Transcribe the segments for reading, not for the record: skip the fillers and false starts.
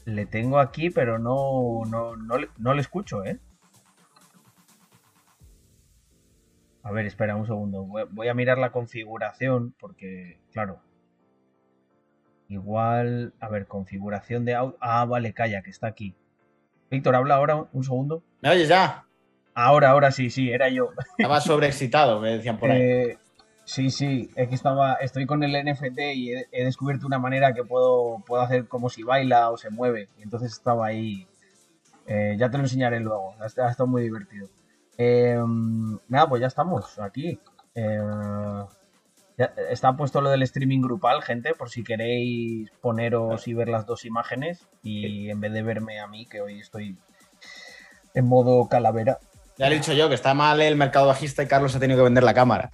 Le tengo aquí, pero no le escucho, ¿eh? A ver, espera un segundo. Voy a mirar la configuración porque, claro, igual... A ver, configuración de audio... Ah, vale, calla, que está aquí. Víctor, habla ahora un segundo. ¿Me oyes ya? Ahora sí, sí, era yo. Estaba sobreexcitado, me decían por ahí. Eh, sí, sí, es que estoy con el NFT y he descubierto una manera que puedo hacer como si baila o se mueve. Y entonces estaba ahí. Ya te lo enseñaré luego. Ha estado muy divertido. Nada, pues ya estamos aquí. Está puesto lo del streaming grupal, gente, por si queréis poneros y ver las dos imágenes. Y en vez de verme a mí, que hoy estoy en modo calavera. Ya le he dicho yo que está mal el mercado bajista y Carlos ha tenido que vender la cámara.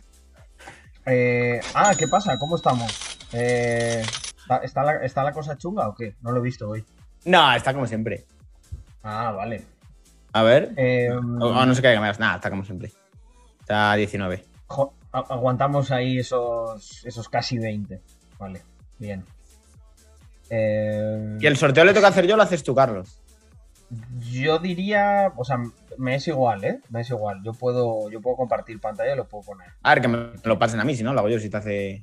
¿Qué pasa? ¿Cómo estamos? ¿Está la cosa chunga o qué? No lo he visto hoy. No, está como siempre. Ah, vale. A ver. Eh, No sé qué cámaras. Nada, está como siempre. Está a 19. Aguantamos ahí esos casi 20. Vale, bien. ¿Y el sorteo le toca hacer yo o lo haces tú, Carlos? Yo diría, o sea, me es igual, ¿eh? Me es igual. Yo puedo compartir pantalla y lo puedo poner. A ver, que me lo pasen a mí, si no, lo hago yo si te hace.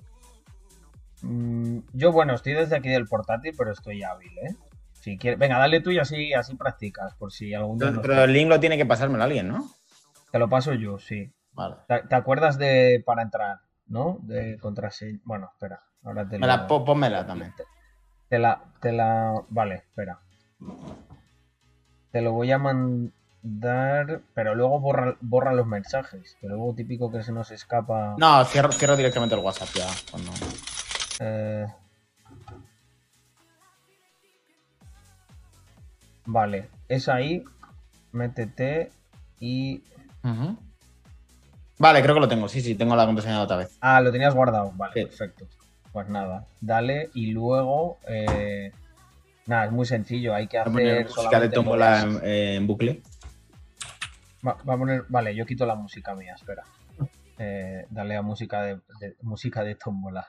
Yo, bueno, estoy desde aquí del portátil, pero estoy hábil, ¿eh? Si quieres, venga, dale tú y así practicas, por si algún día no Pero el estoy. link lo tiene que pasármelo a alguien, ¿no? Te lo paso yo, sí. Vale. ¿Te acuerdas de para entrar, ¿no? De contraseña. Bueno, espera, ahora Pónmela también. vale, espera. Te lo voy a mandar, pero luego borra los mensajes, que luego típico que se nos escapa. No, cierro directamente el WhatsApp ya. eh, vale, es ahí, métete y... Ujú. Vale, creo que lo tengo. Sí, sí, tengo la contraseña de otra vez. Ah, lo tenías guardado, vale, Sí. perfecto. Pues nada, dale y luego... nada, es muy sencillo, hay que Voy a poner hacer música de solamente lo de tómbola así. en bucle. Va a poner... Vale, yo quito la música mía, espera. Dale a música de tómbola.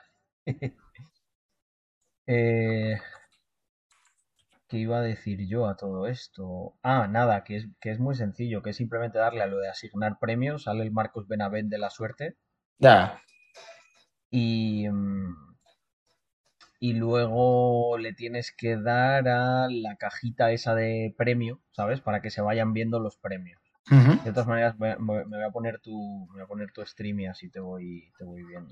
Eh, ¿Qué iba a decir yo a todo esto? Ah, nada, que es muy sencillo, que es simplemente darle a lo de asignar premios, sale el Marcos Benavent de la suerte Ya. y, y luego le tienes que dar a la cajita esa de premio, ¿sabes? Para que se vayan viendo los premios. Ujú. De todas maneras, me voy a poner tu stream y así te voy viendo.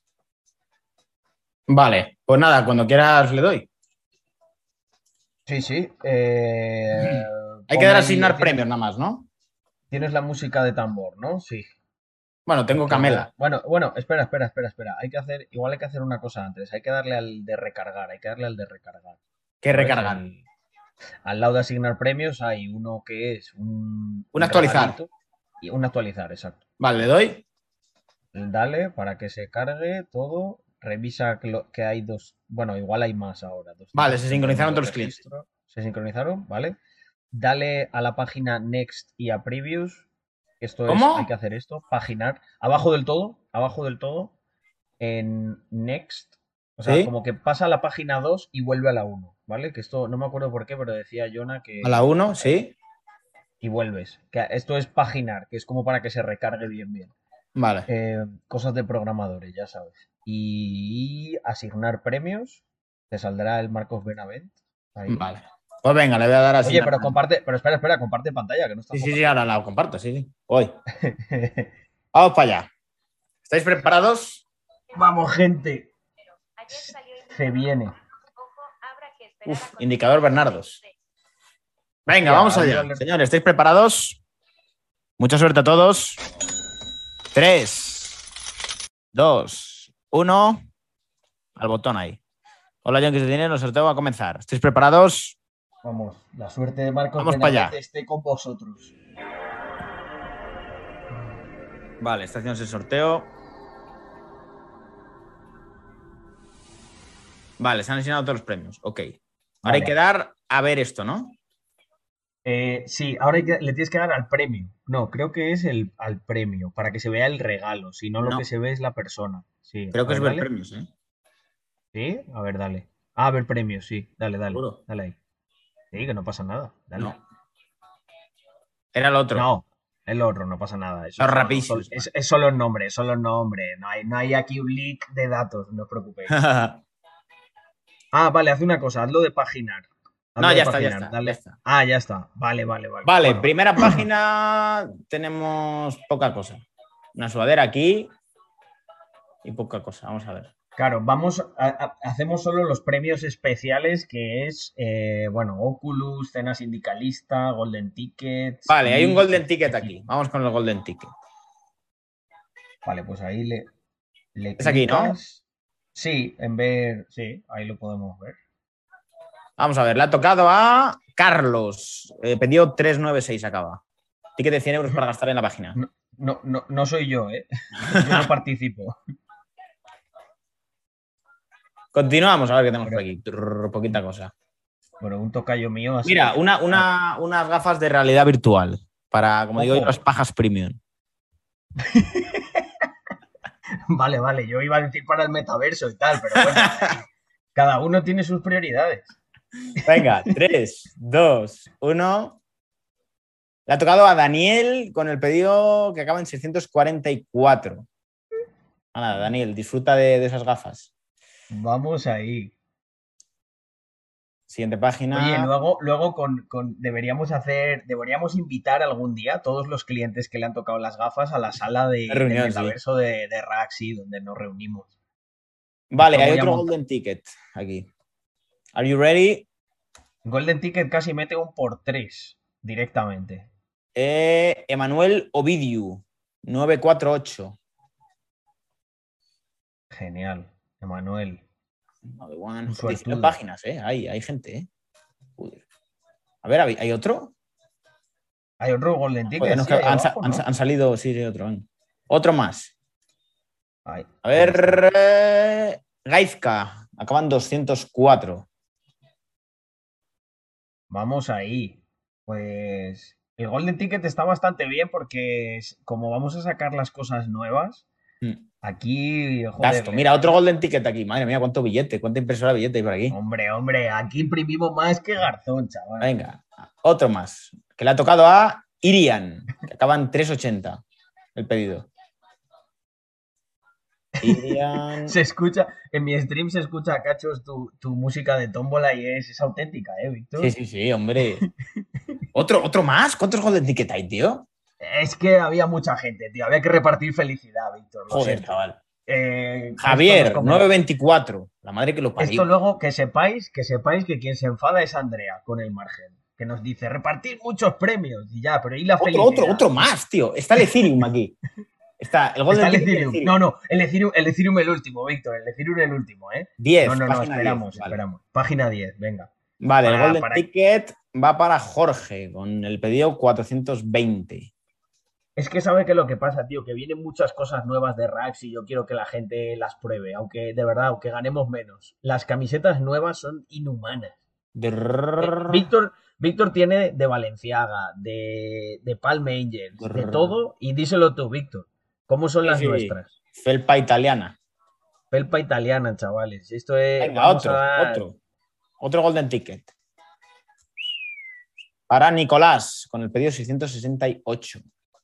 Vale, pues nada, cuando quieras le doy. Sí, sí. Hay que dar Ponme a ahí. asignar ¿Tienes, premios nada más, ¿no? tienes la música de tambor, ¿no? Sí. Bueno, Hay tengo que dar. Camela. Bueno, espera, espera, espera, espera. Igual hay que hacer una cosa antes. Hay que darle al de recargar, hay que darle al de recargar. ¿Qué ¿Sabes? recargar? Al lado de asignar premios hay uno que es Un un actualizar. regalito y un actualizar, exacto. Vale, le doy. Dale para que se cargue todo. Revisa que hay dos. Bueno, igual hay más ahora. Vale, se sincronizaron nueve todos los clientes. registros. Se sincronizaron, ¿vale? Dale a la página Next y a Previews. Hay que ¿Cómo? hacer esto. Paginar. Abajo del todo, en Next. O sea, ¿Sí? como que pasa a la página 2 y vuelve a la uno, ¿vale? Que esto no me acuerdo por qué, pero decía Jonah A la que... uno, sí. Y vuelves. Que esto es paginar, que es como para que se recargue bien, bien. Vale. Cosas de programadores, ya sabes. Y asignar premios. Te saldrá el Marcos Benavent. Ahí. Vale. Pues venga, le voy a dar a Oye, asignar. pero espera, comparte pantalla, que no Sí, estás sí, sí, compartiendo. ahora la comparto, sí, sí. Voy. Vamos para allá. ¿Estáis preparados? Vamos, gente. Se viene. Uf, indicador Bernardos. Venga, Hostia, vamos ha habido allá. alerta. Señores, ¿estáis preparados? Mucha suerte a todos. 3, 2, 1. Al botón ahí. Hola, John, que se tiene, el sorteo va a comenzar. ¿Estáis preparados? Vamos, la suerte de Marcos Vamos para Benavente allá. esté con vosotros. Vale, está haciendo el sorteo. Vale, se han asignado todos los premios. Ok. Ahora hay Vale. que dar a ver esto, ¿no? Sí, ahora le tienes que dar al premio. No, creo que es al premio, para que se vea el regalo. Si no, lo que No. se ve es la persona. Sí, Creo a que es ver, ver dale. premios, ¿eh? Sí, a ver, dale. A ver, premio, sí. Dale, dale. Seguro. Dale ahí. Sí, que no pasa nada. Dale. No. Era el otro. No, el otro, no pasa nada. Eso Los es rapidísimos. es solo el nombre, es solo el nombre. No hay aquí un leak de datos, no os preocupéis. Ah, vale, haz una cosa, hazlo de paginar. No, Hazlo de ya está, ya paginar, está, ya dale. está. Ah, ya está. Vale, vale, vale. Vale, Bueno, primera página tenemos poca cosa. Una sudadera aquí y poca cosa. Vamos a ver. claro, hacemos solo los premios especiales, que es, bueno, Oculus, Cena Sindicalista, Golden Tickets, Vale, hay un y golden ticket aquí. equipo. Vamos con el golden ticket. Vale, pues ahí le Es aquí, ¿no? clicas. Sí, en ver, sí, ahí lo podemos ver. Vamos a ver, le ha tocado a Carlos. Pedido 396 acaba. Ticket de 100 euros para gastar en la página. No, no soy yo, ¿eh? Yo no participo. Continuamos a ver qué tenemos por Pero, aquí. Poquita cosa. bueno, un tocayo mío así. Mira, unas gafas de realidad virtual para, como digo yo, Ojo. las pajas premium. Vale, vale, yo iba a decir para el metaverso y tal, pero bueno, cada uno tiene sus prioridades. Venga, 3, 2, 1. Le ha tocado a Daniel con el pedido que acaba en 644. Nada, Daniel, disfruta de esas gafas. Vamos ahí. Siguiente Oye, página. luego deberíamos invitar algún día a todos los clientes que le han tocado las gafas a la sala del Reunión, sí. metaverso de Raxi, donde nos reunimos. Vale, Esto hay voy a otro montar. golden ticket aquí. Are you ready? Golden Ticket casi mete un por 3 directamente. Emanuel Ovidiu, 948. Genial, Emanuel. Un 19 suertudo. páginas, ¿eh? Hay gente, ¿eh? Joder. A ver, ¿hay otro? Hay otro Golden Joder, Ticket, no, es sí, que ahí abajo, ¿no? han salido, sí, sí, otro. Ven. Otro más. A Ahí está. ver, Gaizka, acaban 204. Vamos ahí. Pues el Golden Ticket está bastante bien porque como vamos a sacar las cosas nuevas, aquí, joder, Gasto. Mira, otro golden ticket aquí. Madre mía, cuánto billete, cuánta impresora de billete hay por aquí. hombre, aquí imprimimos más que Garzón, chaval. Venga, otro más. Que le ha tocado a Irian, que acaban 380 el pedido. Irian. Se escucha, en mi stream se escucha, cachos, tu música de tómbola y es auténtica, Sí, Víctor? sí, sí, hombre. ¿Otro más? ¿Cuántos golden ticket hay, tío? Es que había mucha gente, tío. Había que repartir felicidad, Víctor, lo Joder, siento. chaval. Esto nos Javier, comerá. 924. La madre que lo Esto parió. luego que sepáis que quien se enfada es Andrea con el margen. Que nos dice repartir muchos premios y ya, pero ¿y la felicidad? Otro más, tío. Está el Ethereum aquí. Está el Está golden el ticket y el Ethereum. Ethereum. No, el Ethereum el último, Víctor. El Ethereum el último, ¿eh? 10, No, página 10. esperamos, Vale. esperamos. Página 10, venga. Vale, el golden Para... ticket va para Jorge con el pedido 420. Es que sabe que lo que pasa, tío, que vienen muchas cosas nuevas de Rax y yo quiero que la gente las pruebe, aunque de verdad, aunque ganemos menos. Las camisetas nuevas son inhumanas. Víctor tiene de Valenciaga, de Palm Angels, de todo, y díselo tú, Víctor. ¿Cómo son Sí, las sí. nuestras? Felpa italiana. Felpa italiana, chavales. Esto es. Venga, Vamos a dar. otro golden ticket. Para Nicolás con el pedido 668.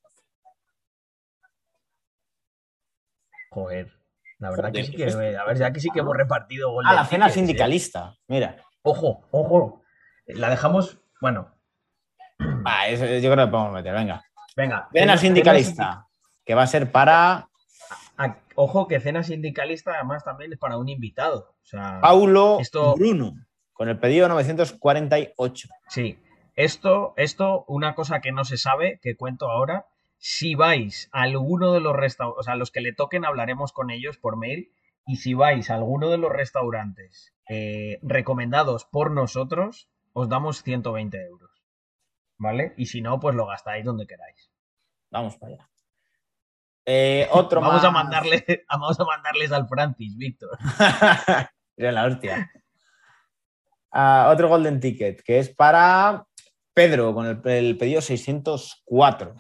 Joder. La verdad que Joder, sí ¿qué que. es esto? A ver, ya que sí que hemos repartido Ah, la Golden cena Tickets, ¿eh? sindicalista. Mira. Ojo, ojo. La dejamos. Bueno, Yo creo que lo podemos meter, venga. venga. Cena sindicalista, que va a ser para Ojo que cena sindicalista además también es para un invitado. O sea, Paulo esto. Bruno con el pedido 948. Sí, una cosa que no se sabe, que cuento ahora, si vais a alguno de los restaurantes, o sea, los que le toquen hablaremos con ellos por mail, y si vais a alguno de los restaurantes recomendados por nosotros, os damos 120 euros, ¿vale? Y si no, pues lo gastáis donde queráis. Vamos para allá. Otro Vamos a más. vamos a mandarles al Francis, Víctor. Era la hostia. Otro golden ticket, que es para Pedro con el pedido 604.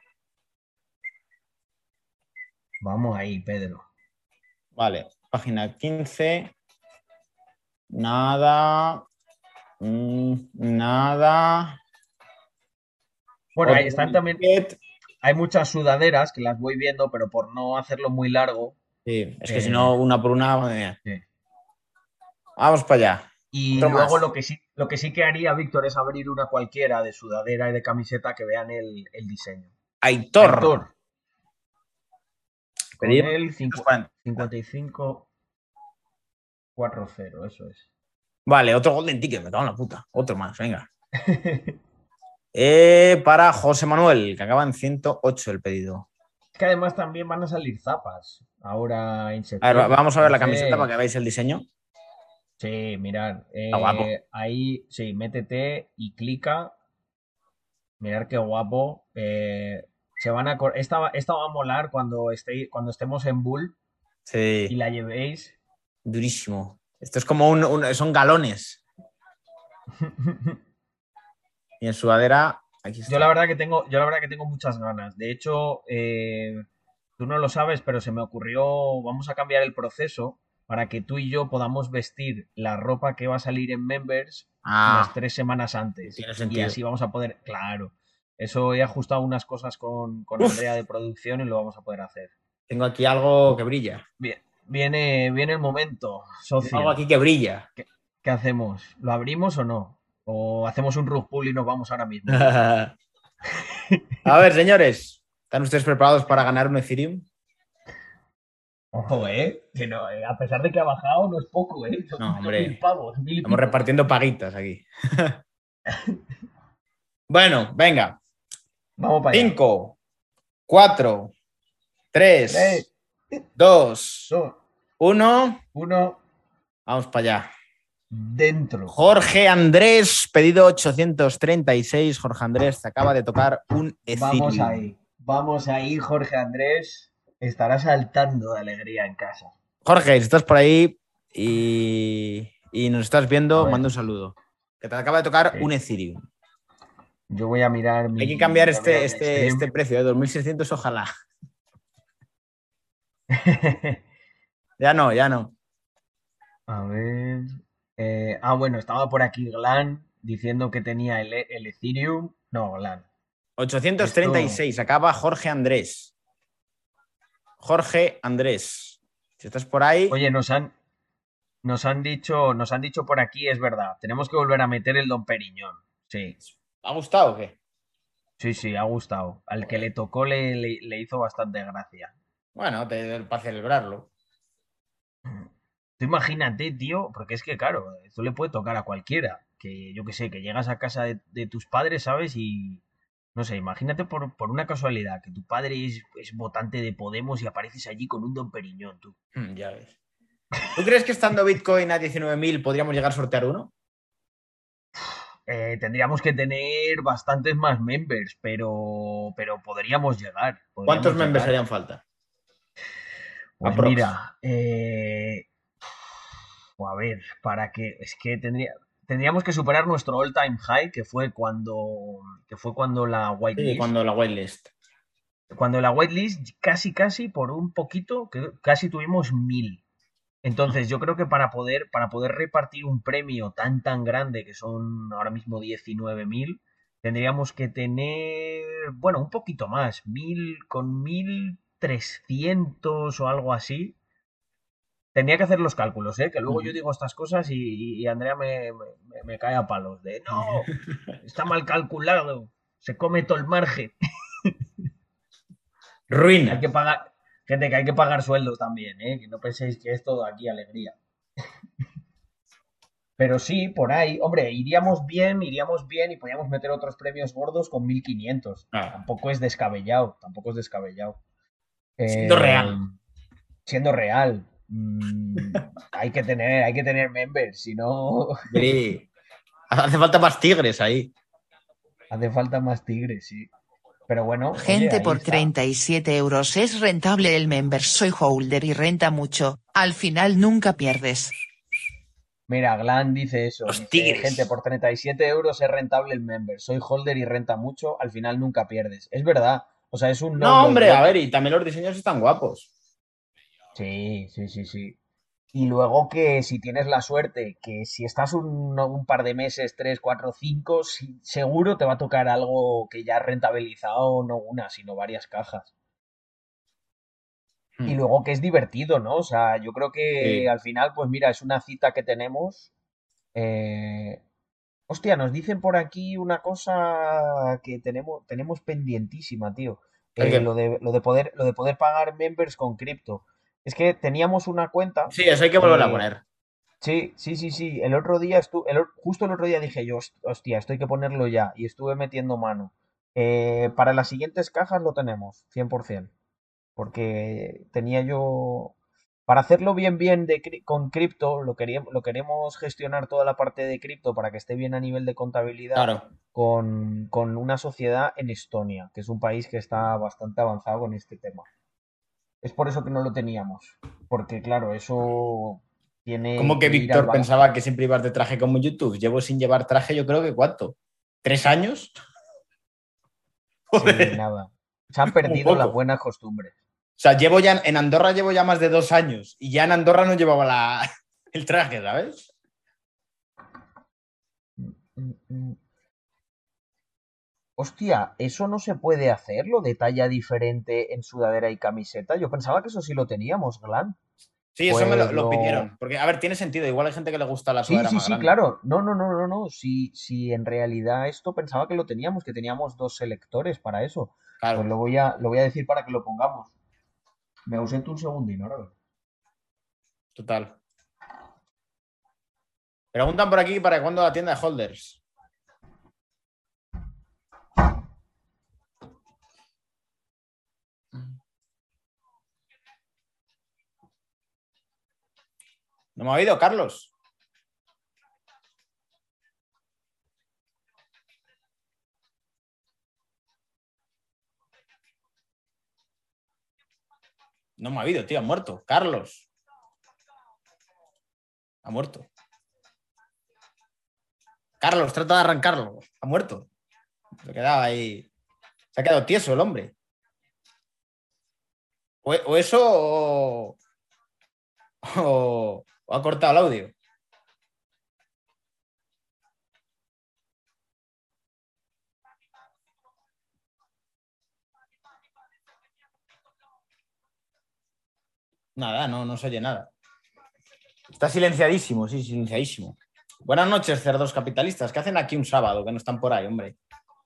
Vamos ahí, Pedro. Vale, página 15. Nada. Nada. Bueno, ahí Otro están también, ticket. hay muchas sudaderas que las voy viendo, pero por no hacerlo muy largo, Sí, es que si eh, no, una por una, madre mía. sí. Vamos para allá. Y Otro luego más. lo que sí que haría, Víctor, es abrir una cualquiera de sudadera y de camiseta que vean el diseño. Aitor. Aitor, con Pedido el 240. 5540, eso es. Vale, otro Golden Ticket, me cago en la puta. Otro más, venga. Para José Manuel, que acaba en 108 el pedido. Es que además también van a salir zapas ahora en A ver, septiembre. vamos a ver la camiseta para que Entonces, veáis el diseño. sí, mirad, Está guapo. ahí, sí, métete y clica. Mirad qué guapo. Esta va a molar cuando estemos en Bull y Sí, la llevéis. durísimo. Esto es como son galones. Y en sudadera, aquí está. Yo la verdad que tengo muchas ganas. De hecho, tú no lo sabes, pero se me ocurrió, vamos a cambiar el proceso para que tú y yo podamos vestir la ropa que va a salir en Members unas Ah, 3 semanas antes. tiene Y sentido. así vamos a poder, claro. Eso he ajustado unas cosas con Andrea Uf, de producción y lo vamos a poder hacer. tengo aquí algo que brilla. Bien, viene el momento, Tengo algo socio. aquí que brilla. ¿Qué hacemos? ¿Lo abrimos o no? ¿O hacemos un rug pull y nos vamos ahora mismo, Víctor? A ver, señores, ¿están ustedes preparados para ganar un Ethereum? Ojo, que no, a pesar de que ha bajado, no es poco, No, Son mil hombre, pavos, mil y estamos pico. repartiendo paguitas aquí. Bueno, venga. Vamos para allá. 5, 4, Tres, 3, 2, dos, 1. uno, Vamos para allá. dentro. Jorge Andrés, pedido 836. Jorge Andrés, te acaba de tocar un Ethereum. Vamos ahí, Jorge Andrés. Estará saltando de alegría en casa. Jorge, si estás por ahí y nos estás A viendo, ver, manda un saludo. Que te acaba de tocar sí. un Ethereum. Yo voy a mirar Hay que cambiar voy a mirar mi este stream. precio de 2.600, ojalá. Ya no, ya no. A ver. Bueno, estaba por aquí Glan diciendo que tenía el Ethereum. No, Glan. Esto. 836, acaba Jorge Andrés. Jorge Andrés. Si estás por ahí, Oye, nos han dicho por aquí, es verdad. Tenemos que volver a meter el Don Periñón. Sí, ¿ha gustado o qué? sí, sí, ha gustado. Al que le Joder. tocó le hizo bastante gracia. Bueno, para celebrarlo. Tú imagínate, tío, porque es que, claro, esto le puede tocar a cualquiera. Que yo qué sé, que llegas a casa de tus padres, ¿sabes? Y no sé, imagínate por una casualidad que tu padre es votante de Podemos y apareces allí con un Don Periñón, tú. Ya ves. ¿Tú crees que estando Bitcoin a 19.000 podríamos llegar a sortear uno? Tendríamos que tener bastantes más members, pero podríamos llegar, ¿Cuántos podríamos members llegar. harían falta? Pues Aprox. mira, a ver, es que tendríamos que superar nuestro all time high, que fue cuando la Sí, whitelist, cuando la whitelist. cuando la whitelist casi por un poquito, que casi tuvimos 1000. Entonces, yo creo que para poder repartir un premio tan grande, que son ahora mismo 19.000, tendríamos que tener, bueno, un poquito más, 1.300 o algo así. Tendría que hacer los cálculos, ¿eh? Que luego yo Ujú. digo estas cosas y Andrea me cae a palos de, no, está mal calculado, se come todo el margen. Ruina. Hay que pagar, gente, que hay que pagar sueldos también, ¿eh? Que no penséis que es todo aquí alegría. Pero sí, por ahí, hombre, iríamos bien y podríamos meter otros premios gordos con 1.500. Ah, Tampoco es descabellado, tampoco es descabellado. siendo Eh, real. siendo real, hay que tener members, si no Sí. Hace falta más tigres ahí. hace falta más tigres, sí. Pero bueno, oye, Gente ahí por está. 37 euros es rentable el member. Soy holder y renta mucho. Al final nunca pierdes. Mira, Glan dice eso, Los dice, gente, tigres. por 37 euros es rentable el member, soy holder y renta mucho, al final nunca pierdes. Es verdad, o sea, es un no No, lose hombre, a button. ver, y también los diseños están guapos. Sí, sí, sí, sí. Y luego que si tienes la suerte, que si estás un par de meses, 3, 4, 5, seguro te va a tocar algo que ya has rentabilizado, no una, sino varias cajas. Y Hmm. luego que es divertido, ¿no? O sea, yo creo que Sí. al final, pues mira, es una cita que tenemos. eh, Hostia, nos dicen por aquí una cosa que tenemos pendientísima, tío. ¿El Lo qué? de, lo de poder pagar members con cripto. Es que teníamos una cuenta. Sí, eso hay que volver a eh, poner. sí, sí, sí, sí. El otro día justo el otro día dije yo, hostia, esto hay que ponerlo ya. Y estuve metiendo mano. Para las siguientes cajas lo tenemos, 100%. Porque tenía yo. Para hacerlo bien, bien con cripto, lo queremos gestionar toda la parte de cripto para que esté bien a nivel de contabilidad Claro. con una sociedad en Estonia, que es un país que está bastante avanzado con este tema. Es por eso que no lo teníamos, porque claro, eso tiene Como que que ir al Víctor banco. pensaba que siempre ibas de traje como en YouTube. Llevo sin llevar traje, yo creo que ¿cuánto? ¿3 años? Sí, Joder, nada. Se han como perdido las poco. buenas costumbres. O sea, llevo ya en Andorra llevo ya más de 2 años y ya en Andorra no llevaba el traje, ¿sabes? Mm, mm, mm. Hostia, ¿eso no se puede hacerlo de talla diferente en sudadera y camiseta? Yo pensaba que eso sí lo teníamos, Glan. Sí, eso me Pues lo lo. pidieron. Porque, a ver, tiene sentido. Igual hay gente que le gusta la Sí, sudadera sí, más sí, grande. claro. No, no, no, no, no. Sí, sí, en realidad esto pensaba que lo teníamos, que teníamos dos selectores para eso. Pues Claro, lo voy a decir para que lo pongamos. Me ausento un segundín, ahora. total. Preguntan por aquí para cuándo la tienda de holders. ¿No me ha oído, Carlos? No me ha oído, tío. Ha muerto. Carlos. Ha muerto. Carlos, trata de arrancarlo. Ha muerto. Se quedaba ahí. Se ha quedado tieso el hombre. O eso o ha cortado el audio. Nada, no, no se oye nada. Está silenciadísimo, sí, silenciadísimo. Buenas noches, cerdos capitalistas. ¿Qué hacen aquí un sábado que no están por ahí, hombre?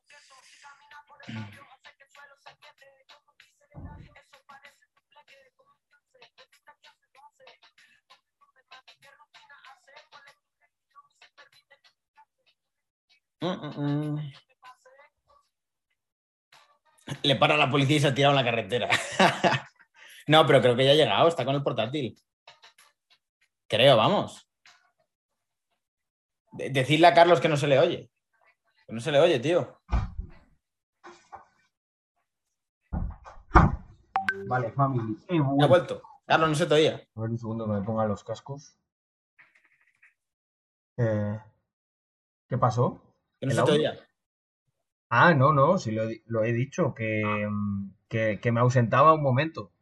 Le para a la policía y se ha tirado en la carretera. No, pero creo que ya ha llegado, está con el portátil. Creo, vamos. Decidle a Carlos que no se le oye. Que no se le oye, tío. Vale, family. He Ya ha vuelto. vuelto. Carlos, no se te oía. A ver un segundo que me ponga los cascos. Eh, ¿Qué pasó? Que no ¿El se te audio? oía. Ah, no, no, sí lo he dicho, que me ausentaba un momento.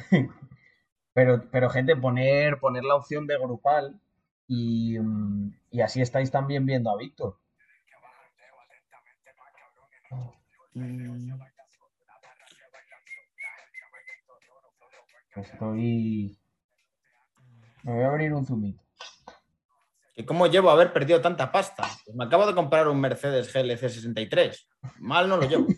Pero gente, poner la opción de grupal y así estáis también viendo a Víctor. Estoy. Me voy a abrir un zoomito. ¿Y cómo llevo a haber perdido tanta pasta? Pues me acabo de comprar un Mercedes GLC 63. Mal no lo llevo.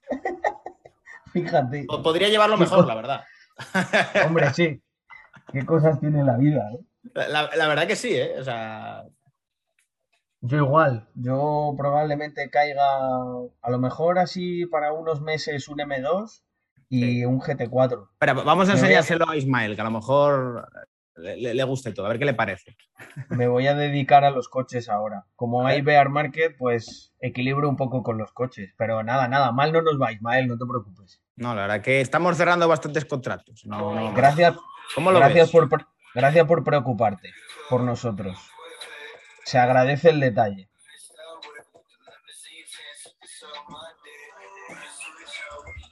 Fíjate, Podría llevarlo qué mejor, co- la verdad. hombre, sí, qué cosas tiene la vida, ¿eh? La verdad que sí, ¿eh? O sea, Yo igual, yo probablemente caiga a lo mejor así para unos meses un M2 y sí. un GT4. Espera, vamos a Me voy a, enseñárselo a Ismael, que a lo mejor le guste todo. A ver qué le parece. Me voy a dedicar a los coches ahora. Como A hay ver. Bear Market, pues equilibro un poco con los coches. Pero nada, nada, mal no nos va, Ismael, no te preocupes. No, la verdad que estamos cerrando bastantes contratos. No, no. Gracias, ¿Cómo lo gracias ves? gracias por preocuparte por nosotros. Se agradece el detalle.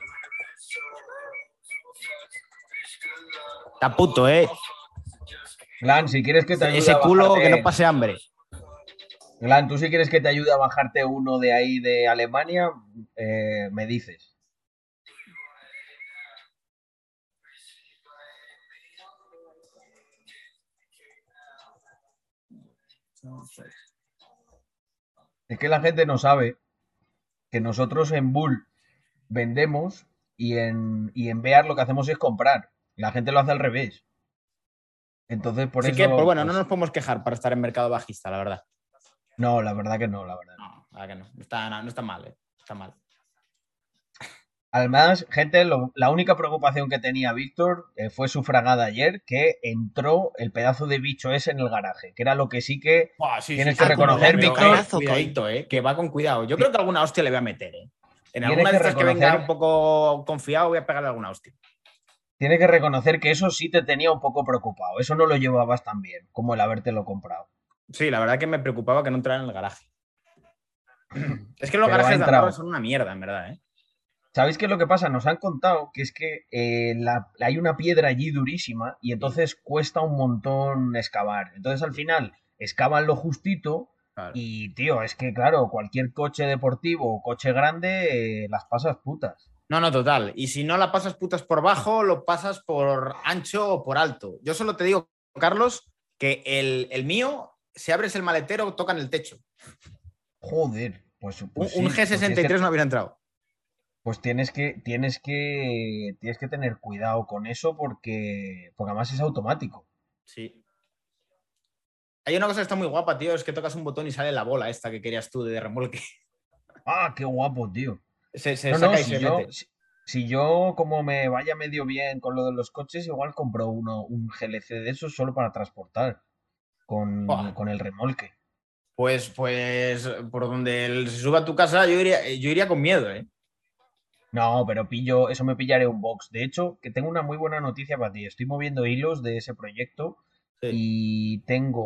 Está puto, ¿eh? Glan, si quieres que te ayude Ese a culo bajarte... que no pase hambre. Glan, tú si quieres que te ayude a bajarte uno de ahí de Alemania, me dices. Es que la gente no sabe que nosotros en Bull vendemos y en Bear lo que hacemos es comprar. La gente lo hace al revés. Entonces, por Así que, pues eso, bueno, no pues, nos podemos quejar para estar en mercado bajista, la verdad. no, la verdad que no, la verdad. No, la verdad que no. No está mal, ¿eh? Está mal. Además, gente, la única preocupación que tenía Víctor fue sufragada ayer, que entró el pedazo de bicho ese en el garaje, que era lo que sí que Buah, sí, tienes sí, que sí, reconocer, acumulando pero, Víctor, corazo. cuidadito, que va con cuidado. Yo creo que alguna hostia le voy a meter, En tienes alguna de que estas que venga un reconocer, poco confiado voy a pegarle alguna hostia. tienes que reconocer que eso sí te tenía un poco preocupado. Eso no lo llevabas tan bien como el habértelo comprado. Sí, la verdad que me preocupaba que no entrara en el garaje. Es que los Pero ha garajes de Andorra entrado. son una mierda, en verdad, ¿Sabéis qué es lo que pasa? Nos han contado que es que hay una piedra allí durísima y entonces cuesta un montón excavar. Entonces al final excavan lo justito Claro. y, tío, es que claro, cualquier coche deportivo o coche grande las pasas putas. No, no, total. Y si no la pasas putas por bajo, lo pasas por ancho o por alto. Yo solo te digo, Carlos, que el mío, si abres el maletero, toca en el techo. Joder, pues, Un, pues un sí, G63 no hubiera entrado. pues tienes que tener cuidado con eso porque además es automático. Sí. Hay una cosa que está muy guapa, tío, es que tocas un botón y sale la bola esta que querías tú de remolque. Ah, qué guapo, tío. Se No, no, saca y si se yo, mete. si yo como me vaya medio bien con lo de los coches, igual compro un GLC de esos solo para transportar con, Buah. con el remolque. Pues, por donde se suba a tu casa, yo iría con miedo, No, pero eso me pillaré un box. De hecho, que tengo una muy buena noticia para ti. Estoy moviendo hilos de ese proyecto Sí. y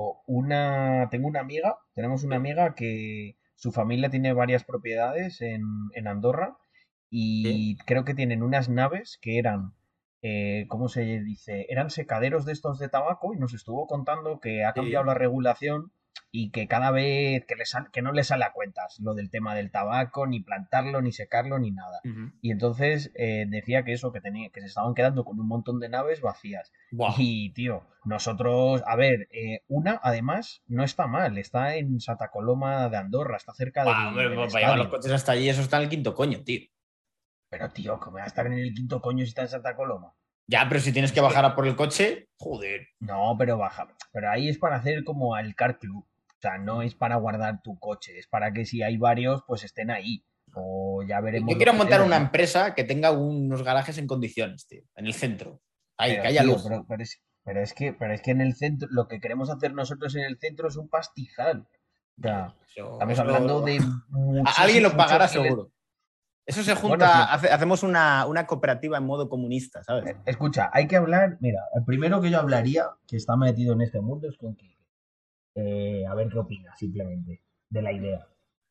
tenemos una Sí. amiga que su familia tiene varias propiedades en Andorra Sí. y creo que tienen unas naves que eran, ¿cómo se dice? Eran secaderos de estos de tabaco y nos estuvo contando que ha cambiado Sí. la regulación y que cada vez que no le sale a cuentas lo del tema del tabaco, ni plantarlo, ni secarlo, ni nada. Ujú. Y entonces decía que eso, que se estaban quedando con un montón de naves vacías. Buah. Y, tío, nosotros, a ver, una además no está mal, está en Santa Coloma de Andorra, está cerca Buah, del, hombre, del para llevar los estadio. coches hasta allí, eso está en el quinto coño, tío. Pero, tío, ¿cómo va a estar en el quinto coño si está en Santa Coloma? Ya, pero si tienes que Es que, bajar a por el coche, joder. no, pero baja. Pero ahí es para hacer como al car club. O sea, no es para guardar tu coche, es para que si hay varios, pues estén ahí. O ya veremos Yo lo quiero que montar hacemos, una ¿no? empresa que tenga unos garajes en condiciones, tío, en el centro. Ahí, que Pero, haya tío, luz. pero es que en el centro, lo que queremos hacer nosotros en el centro es un pastizal. O Vale, sea, eso, estamos hablando de alguien lo pagará muchos miles. seguro. Eso se Bueno, sí, junta, hacemos una cooperativa en modo comunista, ¿sabes? escucha, hay que hablar. Mira, el primero que yo hablaría, que está metido en este mundo, es con Quique. A ver qué opina, simplemente, de la idea.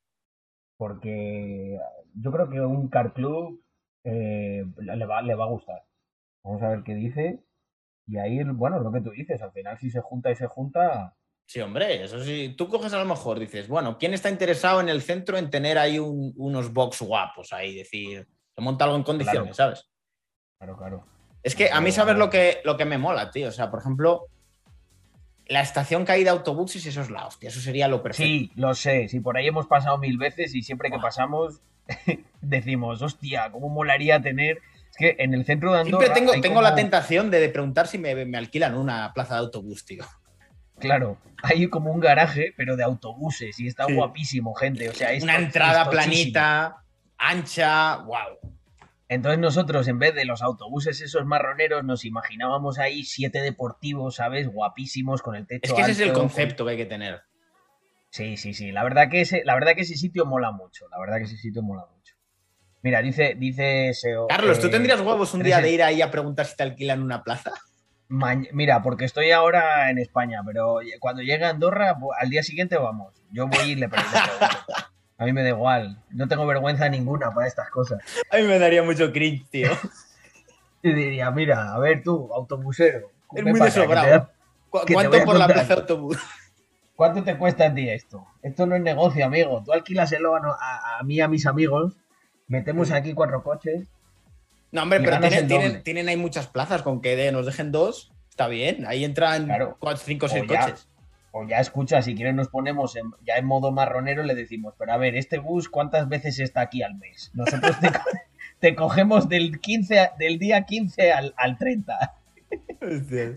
Porque yo creo que un car club le va a gustar. Vamos a ver qué dice. Y ahí, bueno, lo que tú dices, al final si se junta y se junta, Sí, hombre, eso sí. Tú coges a lo mejor, dices, bueno, ¿quién está interesado en el centro en tener ahí unos box guapos ahí? Decir, se monta algo en claro, condiciones, ¿sabes? claro, claro. Es que a mí, Eso, a ¿sabes lo ver. que me mola, tío? O sea, por ejemplo, la estación que hay de autobuses, eso es la hostia, eso sería lo perfecto. Sí, lo sé, sí, por ahí hemos pasado 1000 veces y siempre que Buah. pasamos decimos, hostia, ¿cómo molaría tener? Es que en el centro de Siempre Andorra tengo, hay tengo la como, tentación de preguntar si me alquilan una plaza de autobús, tío. claro, hay como un garaje, pero de autobuses y está Sí. guapísimo, gente, o sea, Una es entrada tochísimo. planita, ancha, wow. Entonces nosotros, en vez de los autobuses esos marroneros, nos imaginábamos ahí 7 deportivos, ¿sabes? Guapísimos, con el Es techo que ese es el alto, concepto que hay que tener. Sí, sí, sí, la verdad que ese sitio mola mucho, la verdad que ese sitio mola mucho. Mira, dice SEO, Carlos, ¿tú tendrías huevos un día de tres. ir ahí a preguntar si te alquilan una plaza? Mira, porque estoy ahora en España, pero cuando llegue a Andorra, al día siguiente vamos. Yo voy y le pregunto. A mí me da igual. No tengo vergüenza ninguna para estas cosas. A mí me daría mucho cringe, tío. Y diría, mira, a ver tú, autobusero, Es ¿qué muy pasa? Que te desobrado. Que te voy ¿Cuánto a por la contar. plaza de autobús? ¿Cuánto te cuesta a ti esto? Esto no es negocio, amigo. Tú alquílaselo a mí y a mis amigos, metemos aquí 4 coches No, hombre, y pero ganas el doble. tienen ahí muchas plazas. Con que nos dejen 2, está bien. Ahí entran Claro. 4, 5, 6 O ya, coches. o ya escucha, si quieres nos ponemos ya en modo marronero, le decimos, pero a ver, este bus, ¿cuántas veces está aquí al mes? Nosotros te cogemos del día 15 al 30 Hostia.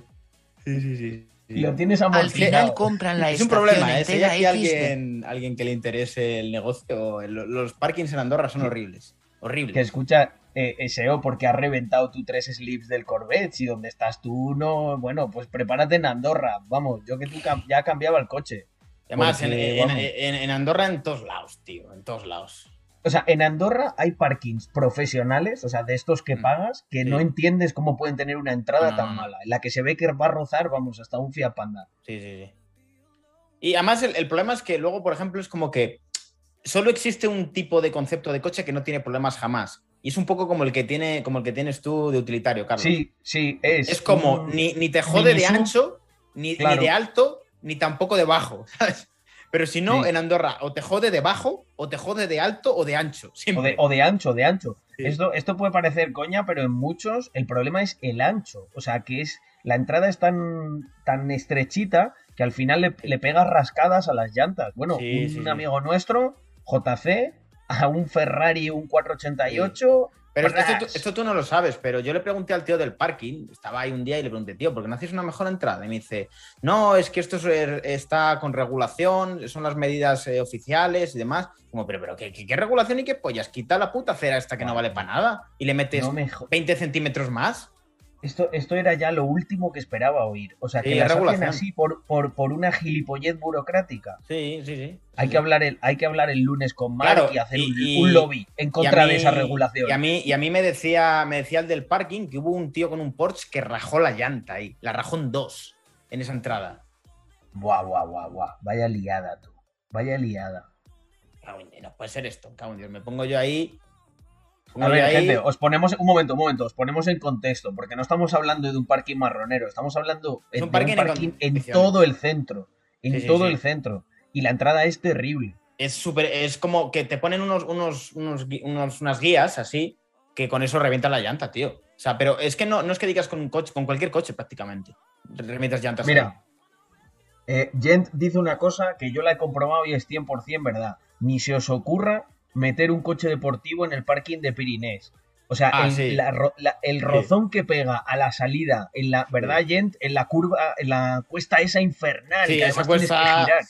Sí. y lo tienes Al final amortizado. compran la Es un estación problema, ¿eh? Si hay entera aquí XD. alguien que le interese el negocio, los parkings en Andorra son Sí. horribles. Que Horribles. escucha, SEO, porque has reventado tú 3 slips del Corvette. Si donde estás tú no. Bueno, pues prepárate en Andorra. Vamos, yo que tú ya cambiaba el coche. Además, Porque, vamos. en Andorra en todos lados, tío. En todos lados. O sea, en Andorra hay parkings profesionales, o sea, de estos que pagas, que Sí. no entiendes cómo pueden tener una entrada No. tan mala. En la que se ve que va a rozar, vamos, hasta un Fiat Panda. Sí. Y además el problema es que luego, por ejemplo, es como que solo existe un tipo de concepto de coche que no tiene problemas jamás. Y es un poco como el que tienes tú de utilitario, Carlos. Sí, Es como un ni te jode de mini sub, ancho, ni claro. de alto, ni tampoco de bajo, ¿sabes? Pero si no, Sí. en Andorra o te jode de bajo, o te jode de alto o de ancho. Siempre. O de ancho, de ancho. Sí. Esto puede parecer coña, pero en muchos el problema es el ancho. O sea, que es la entrada es tan estrechita que al final le pegas rascadas a las llantas. Bueno, Sí. un amigo nuestro, JC, a un Ferrari, un 488. Pero ¡pras! esto tú no lo sabes, pero yo le pregunté al tío del parking, estaba ahí un día y le pregunté, tío, ¿por qué no hacéis una mejor entrada? Y me dice, no, es que esto está con regulación, son las medidas oficiales y demás. Como, pero ¿qué regulación y qué pollas? Quita la puta cera esta que no vale para nada y le metes No me 20 centímetros más. Esto era ya lo último que esperaba oír. O sea, Sí, que es las hacen regulación. así por una gilipollez burocrática. Sí. Hay que hablar el lunes con Mark Claro, y hacer y- un lobby en Y contra a mí- de esa regulación. Y a mí me decía el del parking que hubo un tío con un Porsche que rajó la llanta ahí. La rajó en 2 en esa entrada. Buah. Vaya liada, tú. Vaya liada. Cago en Dios, no puede ser esto, cago en Dios. Me pongo yo ahí. A ver, gente, os ponemos un momento, os ponemos en contexto, porque no estamos hablando de un parking marronero, estamos hablando Es de un parking un parking en condiciones. todo el centro. En Sí. todo el centro. Y la entrada es terrible. Es como que te ponen unas guías así que con eso revienta la llanta, tío. O sea, pero es que no es que digas con un coche, con cualquier coche prácticamente. Revientas llantas. Mira, Gent dice una cosa que yo la he comprobado y es 100% verdad. Ni se os ocurra meter un coche deportivo en el parking de Pirinés. O sea, Sí. el rozón que pega a la salida, ¿verdad, Gent? En la curva, en la cuesta esa infernal, Sí, que esa además tienes que cuesta. girar.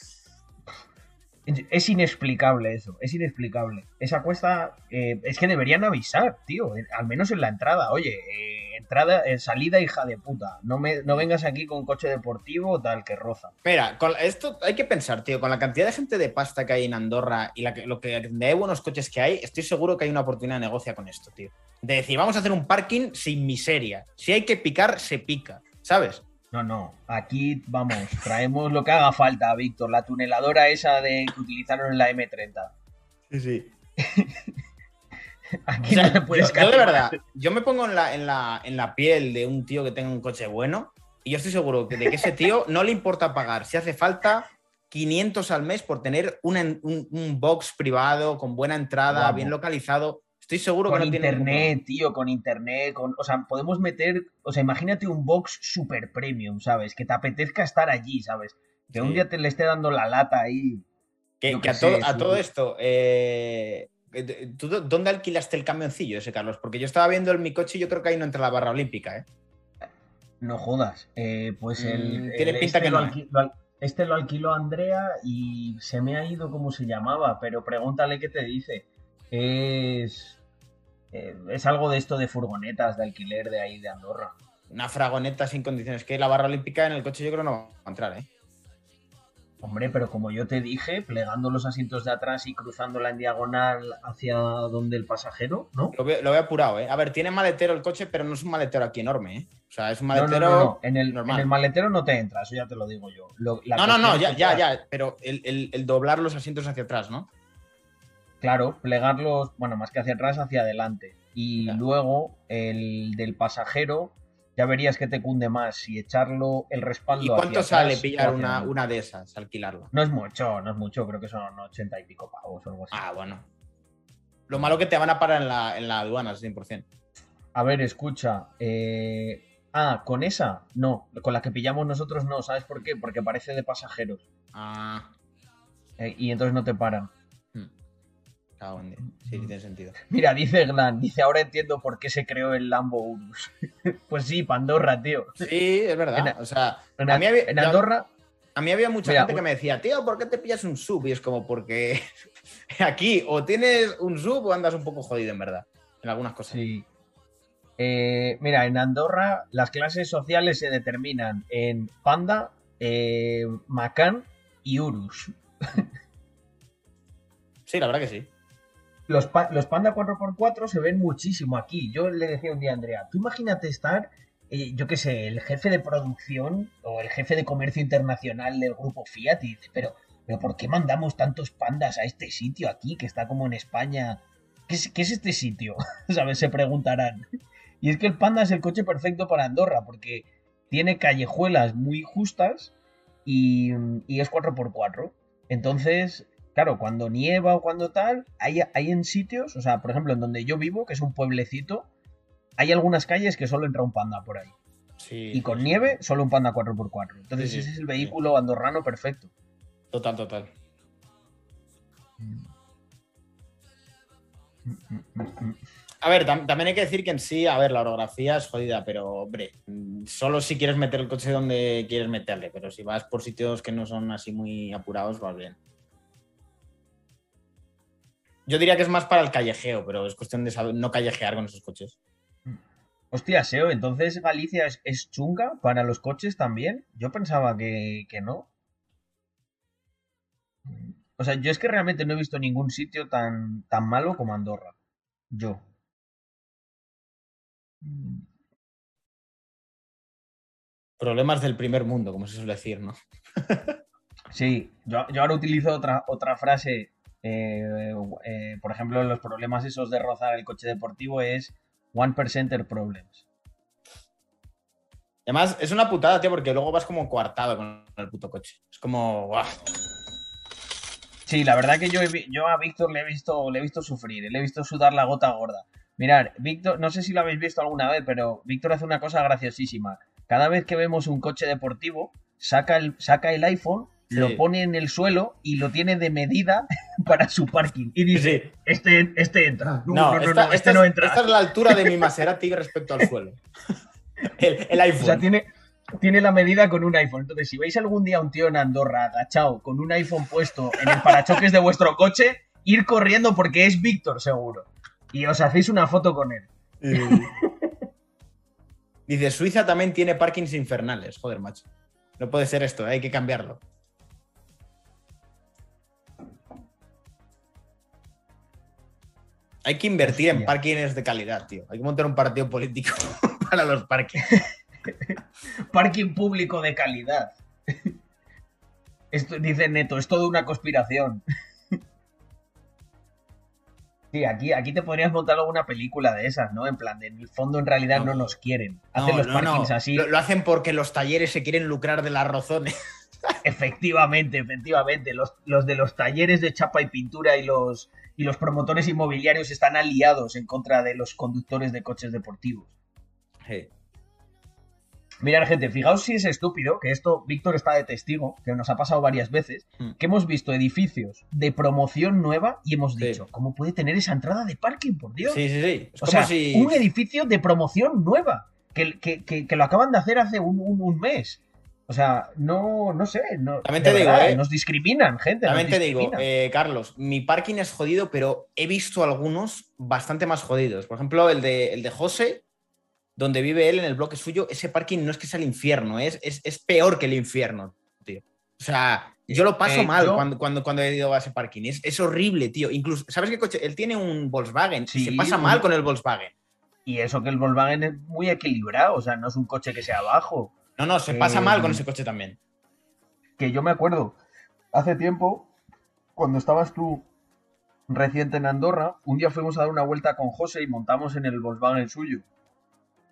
Es inexplicable eso, es inexplicable. Esa cuesta, es que deberían avisar, tío, al menos en la entrada. Oye, salida hija de puta. No vengas aquí con coche deportivo o tal que roza. Mira, esto hay que pensar, tío, con la cantidad de gente de pasta que hay en Andorra y de buenos coches que hay, estoy seguro que hay una oportunidad de negocio con esto, tío. De decir, vamos a hacer un parking sin miseria. Si hay que picar, se pica, ¿sabes? No, aquí vamos, traemos lo que haga falta, Víctor, la tuneladora esa que utilizaron en la M30. Sí. Aquí O sea, no le puedes yo de catimar. verdad, yo me pongo en la piel de un tío que tenga un coche bueno y yo estoy seguro de que ese tío no le importa pagar, si hace falta, 500 al mes por tener un box privado con buena entrada, Guapo. bien localizado. Estoy seguro Con que no tiene ningún problema. internet, tío, con internet, o sea, podemos meter, o sea, imagínate un box super premium, ¿sabes? Que te apetezca estar allí, ¿sabes? Que un Sí. día te le esté dando la lata ahí. Que yo qué a sé, todo esto, ¿tú dónde alquilaste el camioncillo ese, Carlos? Porque yo estaba viendo en mi coche y yo creo que ahí no entra la barra olímpica, ¿eh? No jodas. Pues tiene pinta que no, ¿eh? Este lo alquiló Andrea y se me ha ido cómo se llamaba, pero pregúntale qué te dice. Es algo de esto de furgonetas de alquiler de ahí de Andorra. Una fragoneta sin condiciones. Que la barra olímpica en el coche yo creo no va a entrar, ¿eh? Hombre, pero como yo te dije, plegando los asientos de atrás y cruzándola en diagonal hacia donde el pasajero, ¿no? Lo veo apurado, ¿eh? A ver, tiene maletero el coche, pero no es un maletero aquí enorme, ¿eh? O sea, es un No, maletero no. En el normal. maletero no te entra, eso ya te lo digo yo. No, cuestión es ya. Pero el doblar los asientos hacia atrás, ¿no? Claro, plegarlos, bueno, más que hacia atrás, hacia adelante. Y Ya. luego el del pasajero, ya verías que te cunde más si echarlo el respaldo ¿Y hacia cuánto sale atrás pillar o hacia una, adelante. una de esas, alquilarla? No es mucho, no es mucho, creo que son 80 y pico pavos o algo así. Ah, bueno. Lo malo que te van a parar en la aduana, 100%. A ver, escucha. Con esa, no. Con la que pillamos nosotros no. ¿Sabes por qué? Porque parece de pasajeros. Ah, Y entonces no te paran. cago en Dios. Sí, tiene sentido. Mira, dice Glan, dice, ahora entiendo por qué se creó el Lambo Urus. Pues sí, Pandorra, tío. Sí, es verdad. O sea, En, a mí había, en Andorra, a mí había mucha mira, gente que me decía, tío, ¿por qué te pillas un sub? Y es como, porque aquí o tienes un sub o andas un poco jodido, en verdad. En algunas cosas. sí. Mira, en Andorra las clases sociales se determinan en Panda, Macan y Urus. Sí, la verdad que sí. Los Panda 4x4 se ven muchísimo aquí. Yo le decía un día a Andrea, tú imagínate estar, yo qué sé, el jefe de producción o el jefe de comercio internacional del grupo Fiat y dice, pero ¿por qué mandamos tantos pandas a este sitio aquí que está como en España? ¿Qué es este sitio? ¿Sabes? Se preguntarán. Y es que el Panda es el coche perfecto para Andorra porque tiene callejuelas muy justas y es 4x4. Entonces, claro, cuando nieva o cuando tal, hay en sitios, o sea, por ejemplo, en donde yo vivo, que es un pueblecito, hay algunas calles que solo entra un Panda por ahí. Sí, Y con sí, nieve, solo un Panda 4x4. Entonces, Sí, sí, ese es el sí. vehículo andorrano perfecto. Total, total. A ver, también hay que decir que en sí, a ver, la orografía es jodida, pero hombre, solo si quieres meter el coche donde quieres meterle, pero si vas por sitios que no son así muy apurados, vas bien. Yo diría que es más para el callejeo, pero es cuestión de saber no callejear con esos coches. Hostia, Seo, entonces Galicia es chunga para los coches también. Yo pensaba que no. O sea, yo es que realmente no he visto ningún sitio tan malo como Andorra. Yo. Problemas del primer mundo, como se suele decir, ¿no? Sí, yo ahora utilizo otra frase. Por ejemplo, los problemas esos de rozar el coche deportivo es 1% problems. Además, es una putada, tío, porque luego vas como coartado con el puto coche. Es como, ¡guau! Sí, la verdad que yo a Víctor le he visto sufrir, le he visto sudar la gota gorda. Mirad, Víctor, no sé si lo habéis visto alguna vez, pero Víctor hace una cosa graciosísima. Cada vez que vemos un coche deportivo, saca el iPhone, Sí. lo pone en el suelo y lo tiene de medida para su parking. Y dice, Sí. este entra. No, Este esta no es, entra. esta es la altura de mi Maserati respecto al suelo. El O iPhone. sea, tiene la medida con un iPhone. Entonces, si veis algún día a un tío en Andorra agachado con un iPhone puesto en el parachoques de vuestro coche, ir corriendo porque es Víctor, seguro. Y os hacéis una foto con él. Dice, Suiza también tiene parkings infernales. Joder, macho. No puede ser esto, hay que cambiarlo. Hay que invertir en Hostia. parkings de calidad, tío. Hay que montar un partido político para los parkings. Parking público de calidad. Esto, dice Neto, es toda una conspiración. Sí, aquí te podrías montar alguna película de esas, ¿no? En plan, en el fondo en realidad no nos quieren. Hacen los parkings así. Lo hacen porque los talleres se quieren lucrar de las razones. Efectivamente. Los de los talleres de chapa y pintura y los promotores inmobiliarios están aliados en contra de los conductores de coches deportivos. Sí. Mirad, gente, fijaos si es estúpido, que esto Víctor está de testigo, que nos ha pasado varias veces, que hemos visto edificios de promoción nueva y hemos dicho, ¿cómo puede tener esa entrada de parking, por Dios? Sí. Es o como sea, si... un edificio de promoción nueva, que lo acaban de hacer hace un mes. O sea, no sé. No, También te digo, nos discriminan, gente. También te digo, Carlos, mi parking es jodido, pero he visto algunos bastante más jodidos. Por ejemplo, el de José, donde vive él en el bloque suyo, ese parking no es que sea el infierno, es peor que el infierno, tío. O sea, yo lo paso mal cuando he ido a ese parking. Es horrible, tío. Incluso, ¿sabes qué coche? Él tiene un Volkswagen y se pasa mal con el Volkswagen. Y eso que el Volkswagen es muy equilibrado, o sea, no es un coche que sea bajo. No, se pasa mal con ese coche también. Que yo me acuerdo, hace tiempo, cuando estabas tú reciente en Andorra, un día fuimos a dar una vuelta con José y montamos en el Volkswagen suyo.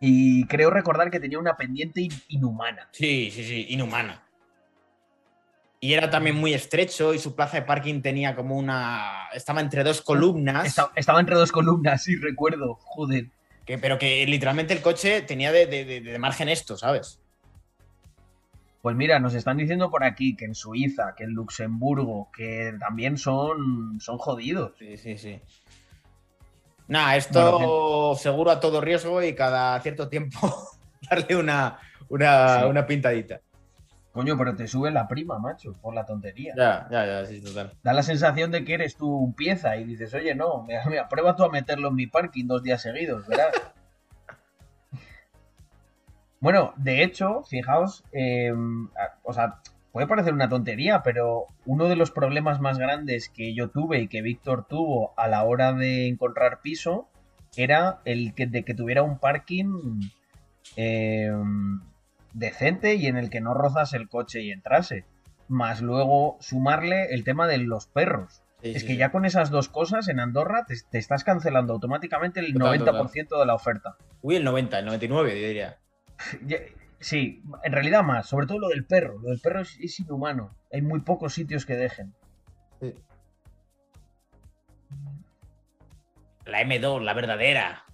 Y creo recordar que tenía una pendiente inhumana. Sí, sí, sí, inhumana. Y era también muy estrecho y su plaza de parking tenía como una... Estaba entre dos columnas. Estaba entre dos columnas, sí, recuerdo. Joder. Pero que literalmente el coche tenía de margen esto, ¿sabes? Pues mira, nos están diciendo por aquí que en Suiza, que en Luxemburgo, que también son jodidos. Sí, sí, sí. Nada, Bueno, esto seguro a todo riesgo y cada cierto tiempo darle sí. una pintadita. Coño, pero te sube la prima, macho, por la tontería. Ya, sí, total. Da la sensación de que eres tú un pieza y dices, oye, no, me prueba tú a meterlo en mi parking 2 días seguidos, verás. Bueno, de hecho, fijaos, o sea, puede parecer una tontería, pero uno de los problemas más grandes que yo tuve y que Víctor tuvo a la hora de encontrar piso era de que tuviera un parking eh, decente y en el que no rozas el coche y entrase. Más luego sumarle el tema de los perros. Sí, Es sí, que sí. ya con esas dos cosas en Andorra te estás cancelando automáticamente el Total, total. 90% de la oferta. Uy, el 90, el 99, yo diría. Sí, en realidad más, sobre todo lo del perro. Lo del perro es inhumano. Hay muy pocos sitios que dejen. Sí. La M2, la verdadera.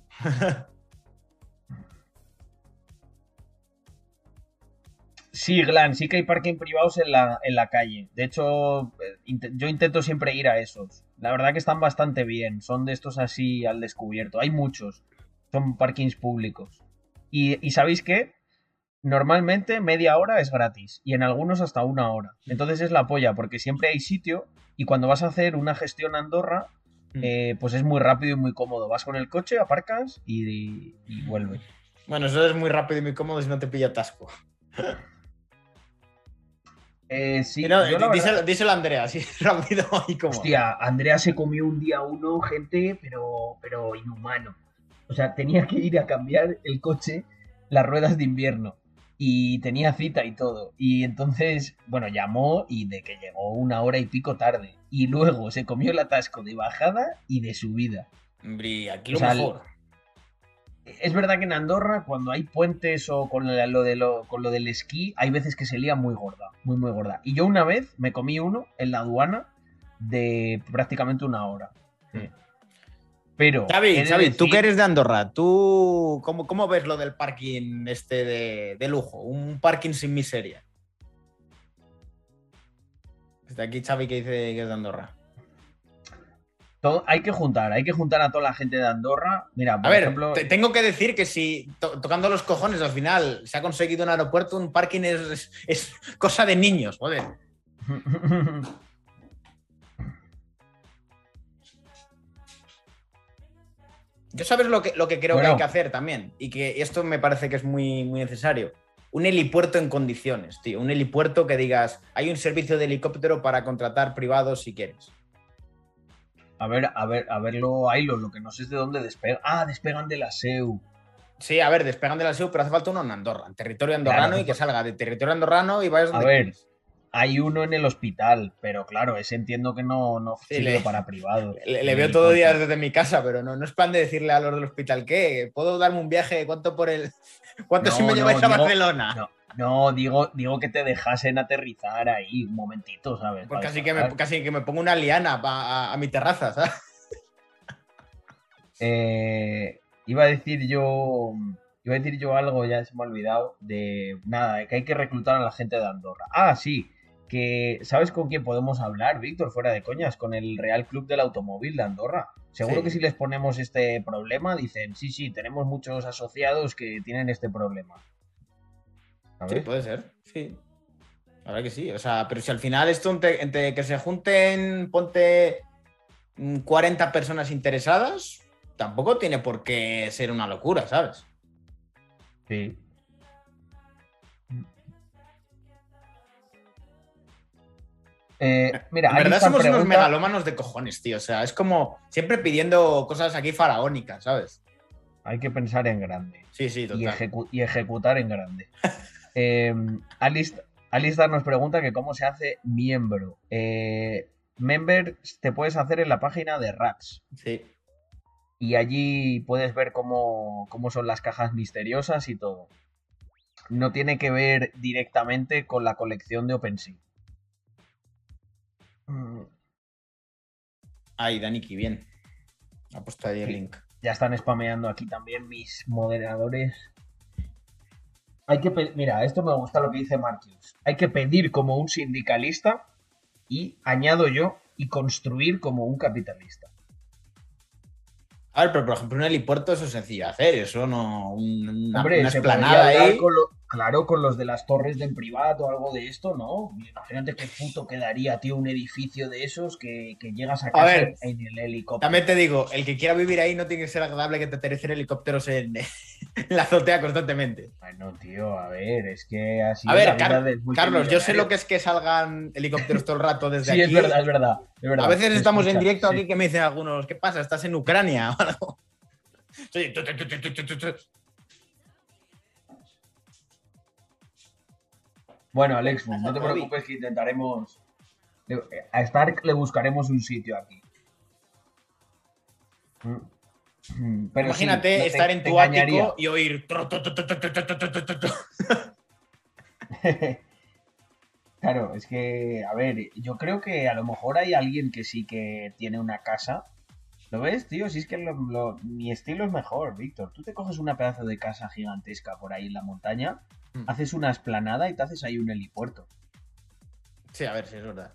Sí, Glan, sí que hay parking privados en la calle. De hecho, yo intento siempre ir a esos. La verdad que están bastante bien. Son de estos así al descubierto. Hay muchos. Son parkings públicos. ¿Y sabéis qué? Normalmente media hora es gratis y en algunos hasta 1 hora. Entonces es la polla porque siempre hay sitio y cuando vas a hacer una gestión a Andorra, pues es muy rápido y muy cómodo. Vas con el coche, aparcas y vuelves. Bueno, eso es muy rápido y muy cómodo si no te pilla atasco. Y Sí, no, yo la verdad. díselo a Andrea, así rápido y cómodo. Hostia, Andrea se comió un día uno, gente, pero inhumano. O sea, tenía que ir a cambiar el coche, las ruedas de invierno. Y tenía cita y todo. Y entonces, bueno, llamó y de que llegó 1 hora y pico tarde. Y luego se comió el atasco de bajada y de subida. Hombre, aquí O lo sea, mejor. es verdad que en Andorra, cuando hay puentes o con lo del esquí, hay veces que se lía muy gorda, muy, muy gorda. Y yo una vez me comí uno en la aduana de prácticamente 1 hora. Sí. Pero he de Xavi, tú que decir, eres de Andorra, ¿tú cómo ves lo del parking este de lujo? Un parking sin miseria. Está aquí Xavi que dice que es de Andorra. hay que juntar a toda la gente de Andorra. Mira, A por ver, ejemplo, tengo que decir que si tocando los cojones al final se ha conseguido un aeropuerto, un parking es cosa de niños, joder. Yo sabes lo que creo que hay bueno, que hacer también, y que esto me parece que es muy, muy necesario. Un helipuerto en condiciones, tío. Un helipuerto que digas, hay un servicio de helicóptero para contratar privados si quieres. a verlo, Ailo, lo que no sé es de dónde despegan. Ah, despegan de la SEU. Sí, a ver, despegan de la SEU, pero hace falta uno en Andorra, en territorio Claro, andorrano y que salga de territorio andorrano y vayas a donde ver, quieres. hay uno en el hospital, pero claro, ese entiendo que no Sí, sirve para privados, le el veo todo el día helipuerto. desde mi casa, pero no es plan de decirle a los del hospital que puedo darme un viaje, ¿cuánto por el. ¿Cuánto si me No, lleváis no, a digo, Barcelona? no, no, digo que te dejasen aterrizar ahí un momentito, ¿sabes? Pues Para descansar. casi que me pongo una liana a mi terraza, ¿sabes? Iba a decir yo algo, ya se me ha olvidado, de nada, que hay que reclutar a la gente de Andorra. Ah, sí, que ¿sabes con quién podemos hablar, Víctor? Fuera de coñas, con el Real Club del Automóvil de Andorra. Seguro que si Sí, les ponemos este problema, dicen, sí, sí, tenemos muchos asociados que tienen este problema. sí, ¿Sabes? puede ser, sí. La verdad que sí. O sea, pero si al final esto entre que se junten, ponte 40 personas interesadas, tampoco tiene por qué ser una locura, ¿sabes? Sí. Mira, En verdad Alistar somos unos pregunta. megalómanos de cojones, tío. O sea, es como siempre pidiendo cosas aquí faraónicas, ¿sabes? Hay que pensar en grande Sí, sí, y, total. y ejecutar en grande. Eh, Alistar nos pregunta que cómo se hace miembro. Member te puedes hacer en la página de Rats. Sí. y allí puedes ver cómo son las cajas misteriosas y todo. No tiene que ver directamente con la colección de OpenSea. Mm, Ahí, Daniki, bien. Ha puesto ahí el sí, link. ya están spameando aquí también mis moderadores. Mira, esto me gusta lo que dice Marquius. Hay que pedir como un sindicalista y, añado yo, y construir como un capitalista. A ver, pero por ejemplo, un helipuerto eso es sencillo de hacer. Eso no. Hombre, Una se podría explanada hablar ahí. claro, con los de las torres de en privado o algo de esto, ¿no? Imagínate qué puto quedaría, tío, un edificio de esos que llegas a A casa ver, en el también helicóptero. te digo, el que quiera vivir ahí no tiene que ser agradable que te aterricen helicópteros en, en la azotea constantemente. Bueno, tío, a ver, es que así A es la ver, vida del Carlos, yo sé lo multimillonario. que es que salgan helicópteros todo el rato desde Sí, es verdad, aquí. es verdad, es A verdad. veces Se estamos en escucha, directo sí. aquí que me dicen algunos, ¿qué pasa? ¿Estás en Ucrania o algo? Sí, Bueno, Alex, ¿Qué no pasa, te Toby? preocupes que intentaremos. A Stark le buscaremos un sitio aquí. Mm, Pero sí, Imagínate no estar te, en te tu ático engañaría. y oír. Claro, es que, a ver, yo creo que a lo mejor hay alguien que sí que tiene una casa. ¿Lo ves, tío? Si es que mi estilo es mejor, Víctor. Tú te coges una pedazo de casa gigantesca por ahí en la montaña, haces una esplanada y te haces ahí un helipuerto. Sí, a ver, sí, es verdad.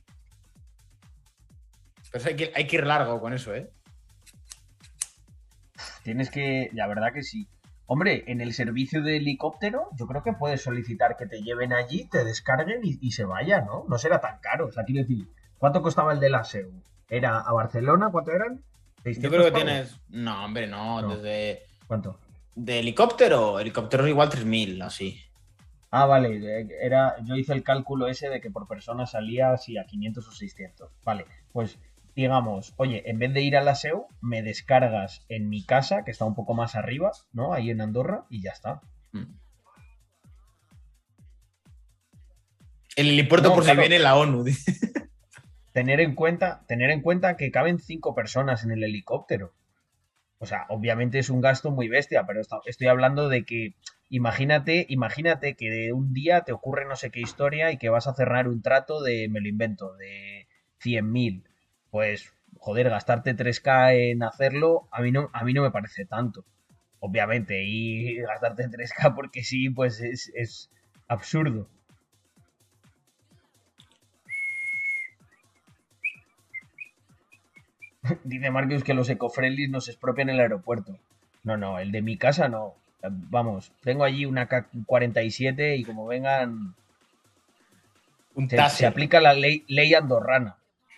Pero eso hay que ir largo con eso, ¿eh? Tienes que, la verdad que sí. Hombre, en el servicio de helicóptero, yo creo que puedes solicitar que te lleven allí, te descarguen y se vayan, ¿no? No será tan caro. O sea, quiero decir, ¿cuánto costaba el de la SEU? ¿Era a Barcelona? ¿Cuánto eran? Yo creo ¿600 que pavos? tienes. No, hombre, no. No. Desde. ¿Cuánto? De helicóptero. Helicóptero igual 3.000 así. Ah, vale, yo hice el cálculo ese de que por persona salía así a 500 o 600. Vale, pues digamos, oye, en vez de ir a la SEU, me descargas en mi casa, que está un poco más arriba, ¿no? Ahí en Andorra, y ya está. Mm. El helipuerto No, por si claro, viene la ONU. Dice. tener en cuenta que caben 5 personas en el helicóptero. O sea, obviamente es un gasto muy bestia, pero estoy hablando de que imagínate que de un día te ocurre no sé qué historia y que vas a cerrar un trato de, me lo invento, de 100.000. Pues, joder, gastarte 3K en hacerlo, a mí no me parece tanto. Obviamente, y gastarte 3K porque sí, pues es absurdo. Dice Marcus que los ecofriendly nos expropian el aeropuerto. No, no, el de mi casa no. Vamos, tengo allí una K-47 y como vengan, Un se taser. aplica la ley andorrana.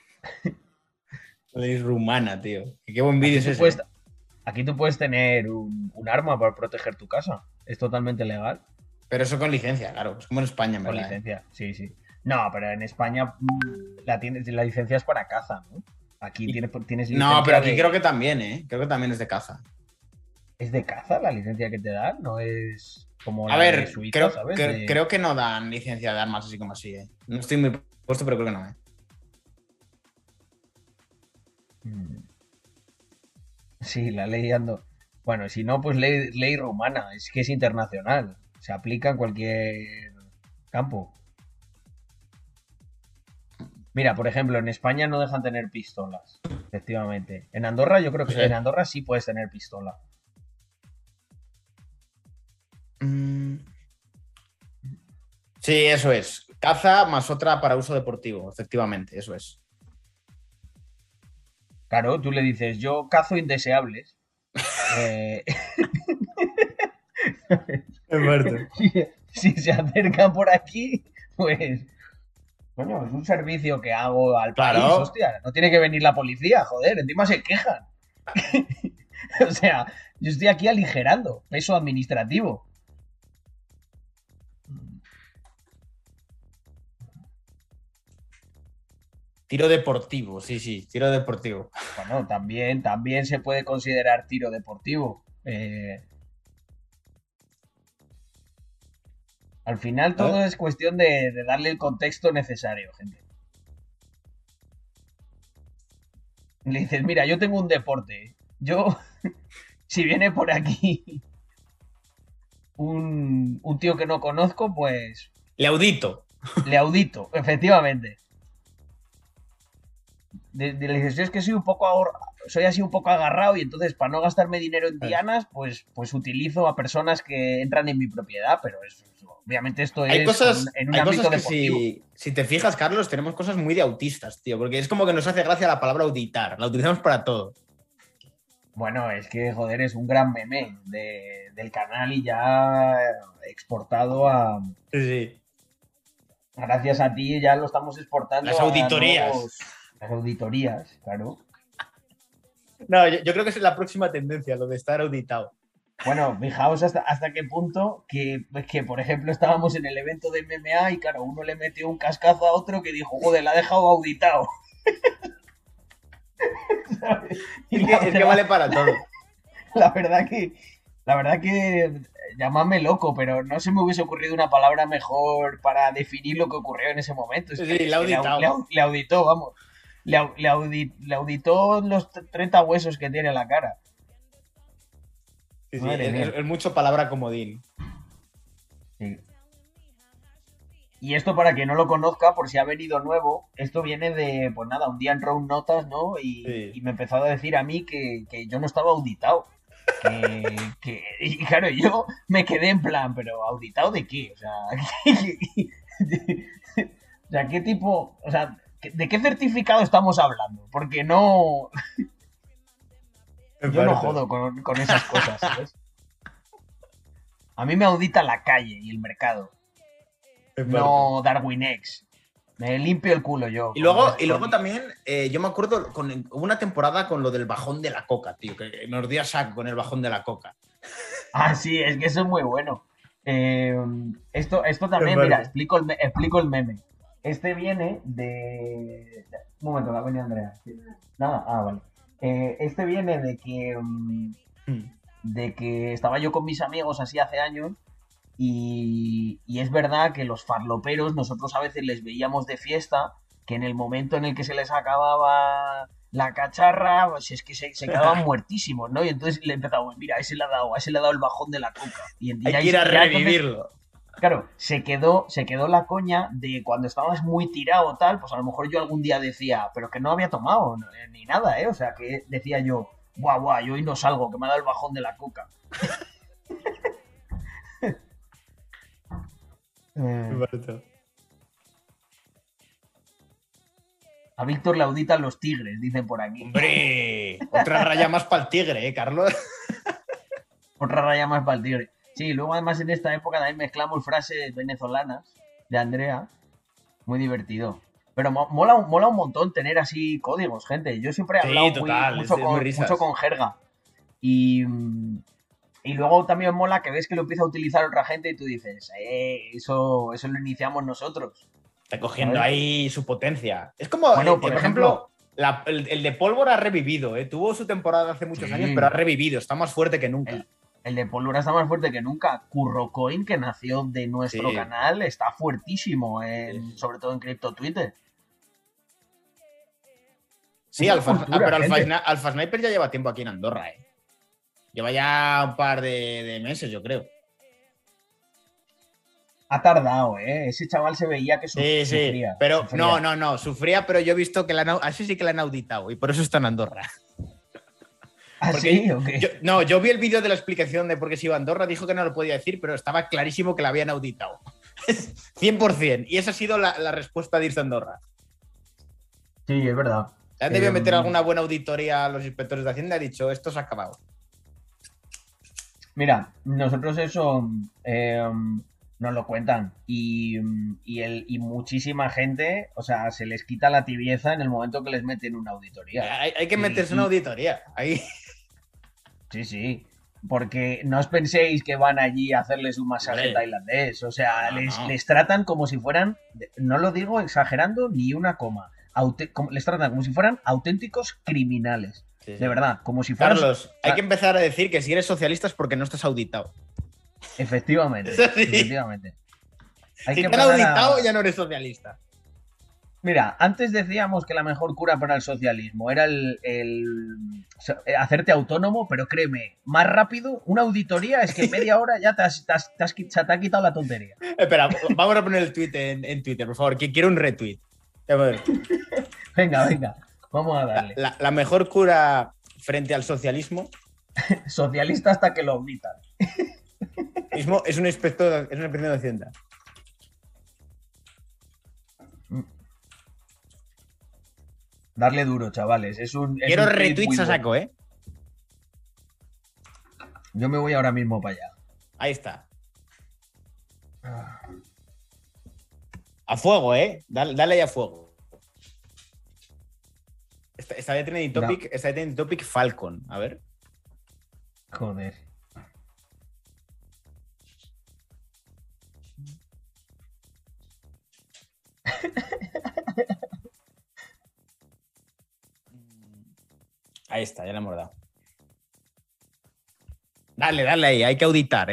Ley rumana, tío. Qué buen vídeo Aquí es tú ese, puedes, ¿eh? aquí tú puedes tener un arma para proteger tu casa. Es totalmente legal. Pero eso con licencia, claro. Es como en España, en Con verdad, ¿eh? licencia, sí, sí. No, pero en España la licencia es para caza, ¿no? Aquí Y- tienes No, pero licencia aquí creo que de. también, ¿eh? Creo que también es de caza. ¿Es de caza la licencia que te dan? No es como A la de ver, Suiza, ¿sabes? creo que no dan licencia de armas así como así, ¿eh? No estoy muy puesto, pero creo que no, ¿eh? Mm, Sí, la ley ando. Bueno, si no, pues ley rumana. Es que es internacional. Se aplica en cualquier campo. Mira, por ejemplo, en España no dejan tener pistolas. Efectivamente. En Andorra, yo creo No que sé. en Andorra sí puedes tener pistola. Mm, Sí, eso es. Caza más otra para uso deportivo, efectivamente, eso es. Claro, tú le dices, yo cazo indeseables. Eh, Es muerto. si, si se acercan por aquí, pues, coño, es un servicio que hago al país, Claro. hostia. No tiene que venir la policía, joder, encima se quejan. O sea, yo estoy aquí aligerando peso administrativo. Tiro deportivo, sí, sí, tiro deportivo. Bueno, también se puede considerar tiro deportivo. Al final todo ¿Eh? es cuestión de darle el contexto necesario, gente. Le dices, mira, yo tengo un deporte. Yo, Si viene por aquí un tío que no conozco, pues Le audito. le audito, efectivamente. Le dices, "Yo es que soy así un poco agarrado y entonces para no gastarme dinero en dianas, pues utilizo a personas que entran en mi propiedad, pero obviamente esto Hay es cosas, en un hay ámbito cosas que deportivo. si te fijas, Carlos, tenemos cosas muy de autistas, tío, porque es como que nos hace gracia la palabra auditar. La utilizamos para todo. Bueno, es que, joder, es un gran meme del canal y ya exportado a... Sí, sí. Gracias a ti ya lo estamos exportando Las a auditorías. las auditorías, claro. No, yo creo que esa es la próxima tendencia, lo de estar auditado. Bueno, fijaos hasta qué punto que, por ejemplo, estábamos en el evento de MMA y, claro, uno le metió un cascazo a otro que dijo, joder, la ha dejado auditado. ¿Sabes? Y Es que vale para todo. la verdad que, la verdad que, llamadme loco, pero no se me hubiese ocurrido una palabra mejor para definir lo que ocurrió en ese momento. Es Sí, que, sí, es le ha que auditado. le auditó, vamos. Le auditó los 30 huesos que tiene en la cara. Sí, sí, Madre mía. es mucho palabra comodín. Sí. Y esto para quien no lo conozca, por si ha venido nuevo, esto viene de, pues nada, un día en Round Notas, ¿no? Sí. Y me empezó a decir a mí que yo no estaba auditado. Y claro, yo me quedé en plan, pero ¿auditado de qué? O sea, o sea, ¿qué tipo? O sea, ¿de qué certificado estamos hablando? Porque no, yo no jodo con esas cosas, ¿sabes? A mí me audita la calle y el mercado, no DarwinX. Me limpio el culo yo. Y luego también, yo me acuerdo, hubo una temporada con lo del bajón de la coca, tío, que nos dio a saco con el bajón de la coca. Ah, sí, es que eso es muy bueno. Esto también, Es mira, verdad. explico el meme. Este viene de... Un momento, que ha venido Andrea. Nada, vale. Este viene de que estaba yo con mis amigos así hace años y es verdad que los farloperos nosotros a veces les veíamos de fiesta, que en el momento en el que se les acababa la cacharra, pues es que se quedaban muertísimos, ¿no? Y entonces le empezamos, mira, a ese le ha dado el bajón de la coca. Y Hay ahí que ir a ya entonces, revivirlo. claro, se quedó la coña de cuando estabas muy tirado o tal, pues a lo mejor yo algún día decía, pero que no había tomado ni nada, ¿eh? O sea, que decía yo, guau, yo hoy no salgo, que me ha dado el bajón de la coca. A Víctor le auditan los tigres, dicen por aquí. Hombre, otra raya más para el tigre, Carlos. Otra raya más para el tigre. Sí, luego además en esta época también mezclamos frases venezolanas de Andrea. Muy divertido. Pero mola un montón tener así códigos, gente. Yo siempre he Sí, hablado total, es muy risas. mucho con jerga. Y luego también mola que ves que lo empieza a utilizar otra gente y tú dices, eso lo iniciamos nosotros. Está cogiendo ¿Sabes? ahí su potencia. Es como, Bueno, por ejemplo, el de Pólvora ha revivido, ¿eh? Tuvo su temporada hace muchos Sí. años, pero ha revivido, está más fuerte que nunca. El de Pólvora está más fuerte que nunca. Currocoin, que nació de nuestro Sí. canal, está fuertísimo, Sí. sobre todo en Crypto Twitter. Sí, Es Alpha, cultura, pero gente. Alpha Sniper ya lleva tiempo aquí en Andorra, ¿eh? Lleva ya un par de meses, yo creo. Ha tardado, ¿eh? Ese chaval se veía que Sí, sufría. pero sufría. no, sufría, pero yo he visto que así sí que la han auditado y por eso está en Andorra. ¿Ah, Porque sí? ¿O qué? yo vi el vídeo de la explicación de por qué se iba a Andorra, dijo que no lo podía decir, pero estaba clarísimo que la habían auditado. 100%. Y esa ha sido la respuesta de irse a Andorra. Sí, es verdad. Han debido meter alguna buena auditoría a los inspectores de Hacienda y ha dicho, esto se ha acabado. Mira, nosotros eso nos lo cuentan y muchísima gente, o sea, se les quita la tibieza en el momento que les meten una auditoría. Hay que meterse una auditoría. Ahí. Sí, sí. Porque no os penséis que van allí a hacerles un masaje tailandés. O sea, No. les tratan como si fueran, no lo digo exagerando ni una coma, les tratan como si fueran auténticos criminales. Sí, sí. De verdad, como si fueran... Carlos, hay que empezar a decir que si eres socialista es porque no estás auditado. Efectivamente, Eso sí. efectivamente. Hay Si que te han empezar auditado ya no eres socialista. Mira, antes decíamos que la mejor cura para el socialismo era hacerte autónomo, pero créeme, más rápido, una auditoría es que en media hora ya se te ha quitado la tontería. Espera, vamos a poner el tweet en Twitter, por favor, que quiero un retweet. A ver, Venga, vamos a darle. la mejor cura frente al socialismo Socialista hasta que lo omitan. mismo es un inspector de Hacienda. Darle duro, chavales. Quiero un tweet retweets muy a saco, bueno. Yo me voy ahora mismo para allá. Ahí está. A fuego, dale ahí a fuego. Está de trending topic, No. está de trending topic Falcon. A ver. Joder. Ahí está, ya le hemos dado. Dale ahí, hay que auditar,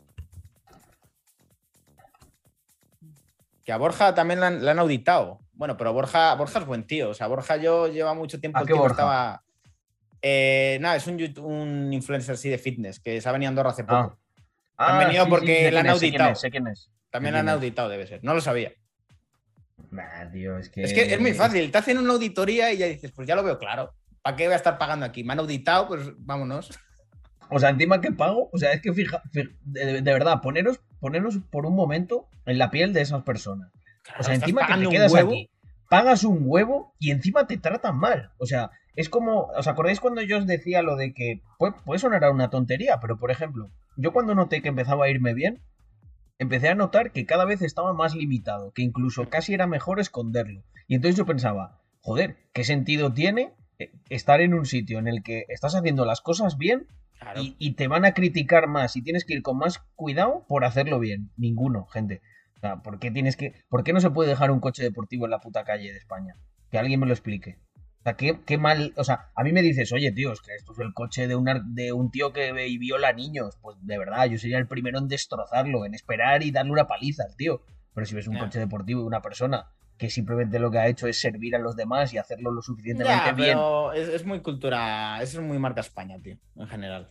Que a Borja también la han auditado. Bueno, pero Borja es buen tío. O sea, Borja yo lleva mucho tiempo. ¿A qué Borja? Estaba. Nada, es un influencer así de fitness que se ha venido a Andorra hace poco. Han venido sí, porque sé la han quién es, auditado. Sé quién es. También la han auditado, debe ser. No lo sabía. Nah, tío, es que Es muy fácil. Te hacen una auditoría y ya dices, pues ya lo veo claro. ¿Para qué voy a estar pagando aquí? Me han auditado, pues vámonos. O sea, encima que pago, o sea, es que de verdad, poneros por un momento en la piel de esas personas. Claro, O sea, estás encima que te pagando un quedas huevo. aquí, pagas un huevo y encima te tratan mal. O sea, es como, ¿os acordáis cuando yo os decía lo de que puede sonar a una tontería, pero por ejemplo, yo cuando noté que empezaba a irme bien, empecé a notar que cada vez estaba más limitado, que incluso casi era mejor esconderlo. Y entonces yo pensaba, joder, ¿qué sentido tiene estar en un sitio en el que estás haciendo las cosas bien Claro. y te van a criticar más y tienes que ir con más cuidado por hacerlo bien? Ninguno, gente. O sea, ¿por qué no se puede dejar un coche deportivo en la puta calle de España? Que alguien me lo explique. O sea, qué mal. O sea, a mí me dices, oye, tío, es que esto es el coche de un tío que viola niños. Pues de verdad, yo sería el primero en destrozarlo, en esperar y darle una paliza al tío. Pero si ves un coche deportivo de una persona que simplemente lo que ha hecho es servir a los demás y hacerlo lo suficientemente bien. Pero es muy cultura, eso es muy marca España, tío, en general.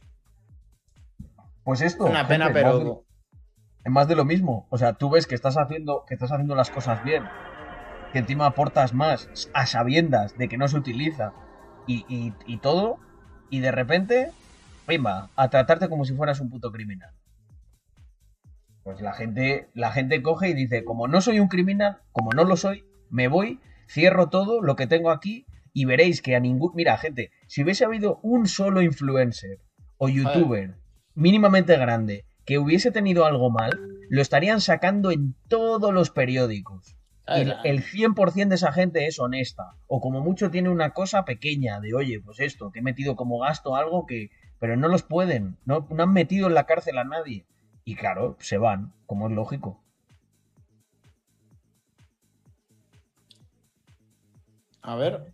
Pues esto, Es una gente, pena, pero. es más de lo mismo. O sea, tú ves que estás haciendo las cosas bien, que encima aportas más a sabiendas de que no se utiliza y todo, y de repente, pimba, a tratarte como si fueras un puto criminal. Pues la gente coge y dice, como no soy un criminal, como no lo soy, me voy, cierro todo lo que tengo aquí y veréis que a ningún... Mira, gente, si hubiese habido un solo influencer o youtuber mínimamente grande que hubiese tenido algo mal, lo estarían sacando en todos los periódicos. Y el 100% de esa gente es honesta. O como mucho tiene una cosa pequeña de, oye, pues esto, que he metido como gasto algo que... Pero no los pueden, no han metido en la cárcel a nadie. Y claro, se van, como es lógico. A ver.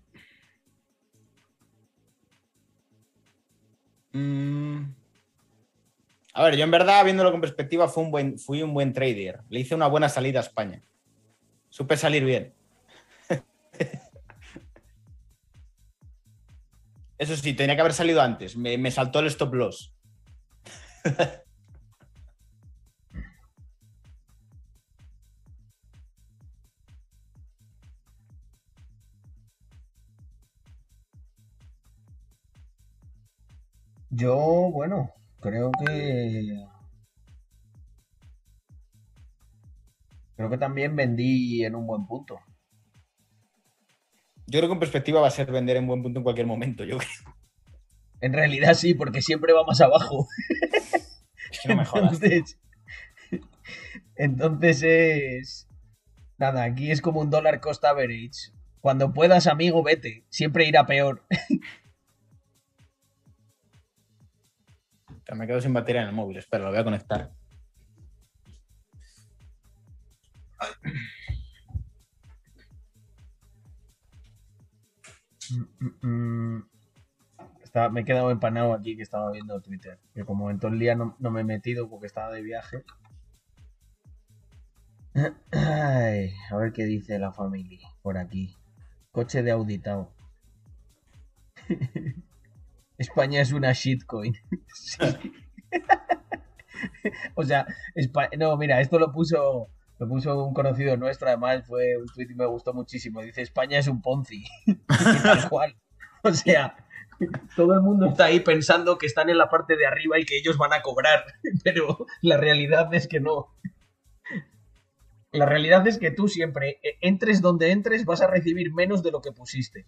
A ver, yo en verdad, viéndolo con perspectiva, fui un buen trader. Le hice una buena salida a España. Supe salir bien. Eso sí, tenía que haber salido antes. Me saltó el stop loss. Yo, bueno, creo que también vendí en un buen punto. Yo creo que en perspectiva va a ser vender en buen punto en cualquier momento. Yo creo. En realidad sí, porque siempre va más abajo. Es que no me jodas. Entonces es... Nada, aquí es como un dólar cost average. Cuando puedas, amigo, vete. Siempre irá peor. Me quedo sin batería en el móvil. Espera, lo voy a conectar. Me he quedado empanado aquí que estaba viendo Twitter. Que como en todo el día no me he metido porque estaba de viaje. Ay, a ver qué dice la familia por aquí. Coche de auditado. España es una shitcoin. Sí. O sea, no, mira, esto lo puso un conocido nuestro, además fue un tweet y me gustó muchísimo. Dice, España es un Ponzi. Y tal cual. O sea, todo el mundo está ahí pensando que están en la parte de arriba y que ellos van a cobrar, pero la realidad es que no. La realidad es que tú siempre, entres donde entres, vas a recibir menos de lo que pusiste.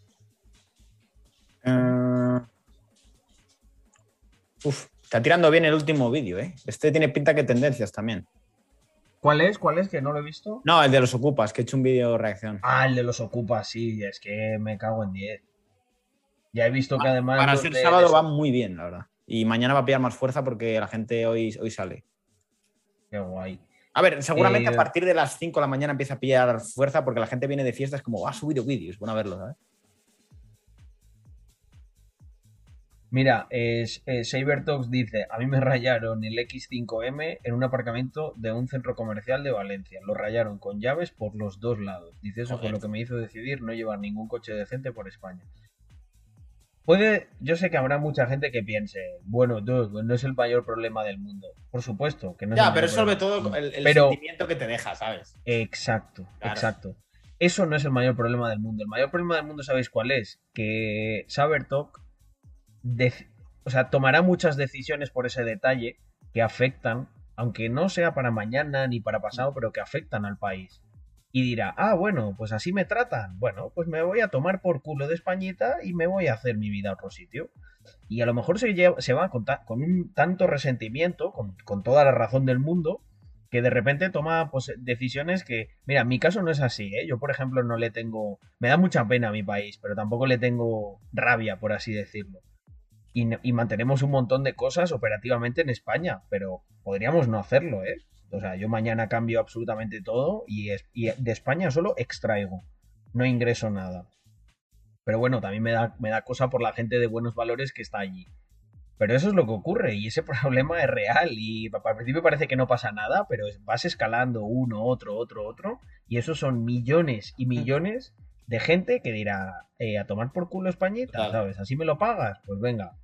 Está tirando bien el último vídeo, ¿eh? Este tiene pinta que tendencias también. ¿Cuál es? ¿Cuál es? Que no lo he visto. No, el de los ocupas, que he hecho un vídeo reacción. Ah, el de los ocupas, sí, es que me cago en 10. Ya he visto que además Para los ser de sábado va muy bien, la verdad. Y mañana va a pillar más fuerza porque la gente hoy sale. Qué guay. A ver, seguramente a partir de las 5 de la mañana empieza a pillar fuerza porque la gente viene de fiestas como, ha subido vídeos, bueno a verlo, ¿sabes? Mira, Sabertox dice, a mí me rayaron el X5M en un aparcamiento de un centro comercial de Valencia. Lo rayaron con llaves por los dos lados. Dice, eso fue Joder. lo que me hizo decidir no llevar ningún coche decente por España. Yo sé que habrá mucha gente que piense, bueno, dude, no es el mayor problema del mundo. Por supuesto que no es el Ya, mayor pero es sobre problema del todo mundo. el Pero, sentimiento que te deja, ¿sabes? exacto, Claro. exacto. Eso no es el mayor problema del mundo. El mayor problema del mundo, ¿sabéis cuál es? Que Sabertalk o sea, tomará muchas decisiones por ese detalle que afectan, aunque no sea para mañana ni para pasado, pero que afectan al país. Y dirá, ah, bueno, pues así me tratan. Bueno, pues me voy a tomar por culo de Españita y me voy a hacer mi vida a otro sitio. Y a lo mejor se va con un tanto resentimiento, con toda la razón del mundo, que de repente toma pues, decisiones que, mira, en mi caso no es así, ¿eh? Yo, por ejemplo, no le tengo, me da mucha pena a mi país, pero tampoco le tengo rabia, por así decirlo. Y mantenemos un montón de cosas operativamente en España, pero podríamos no hacerlo, ¿eh? O sea, yo mañana cambio absolutamente todo y de España solo extraigo, no ingreso nada. Pero bueno, también me da cosa por la gente de buenos valores que está allí. Pero eso es lo que ocurre y ese problema es real y al principio parece que no pasa nada, pero vas escalando uno, otro y esos son millones y millones de gente que dirá, a tomar por culo Españita, Total. ¿sabes? Así me lo pagas, pues venga.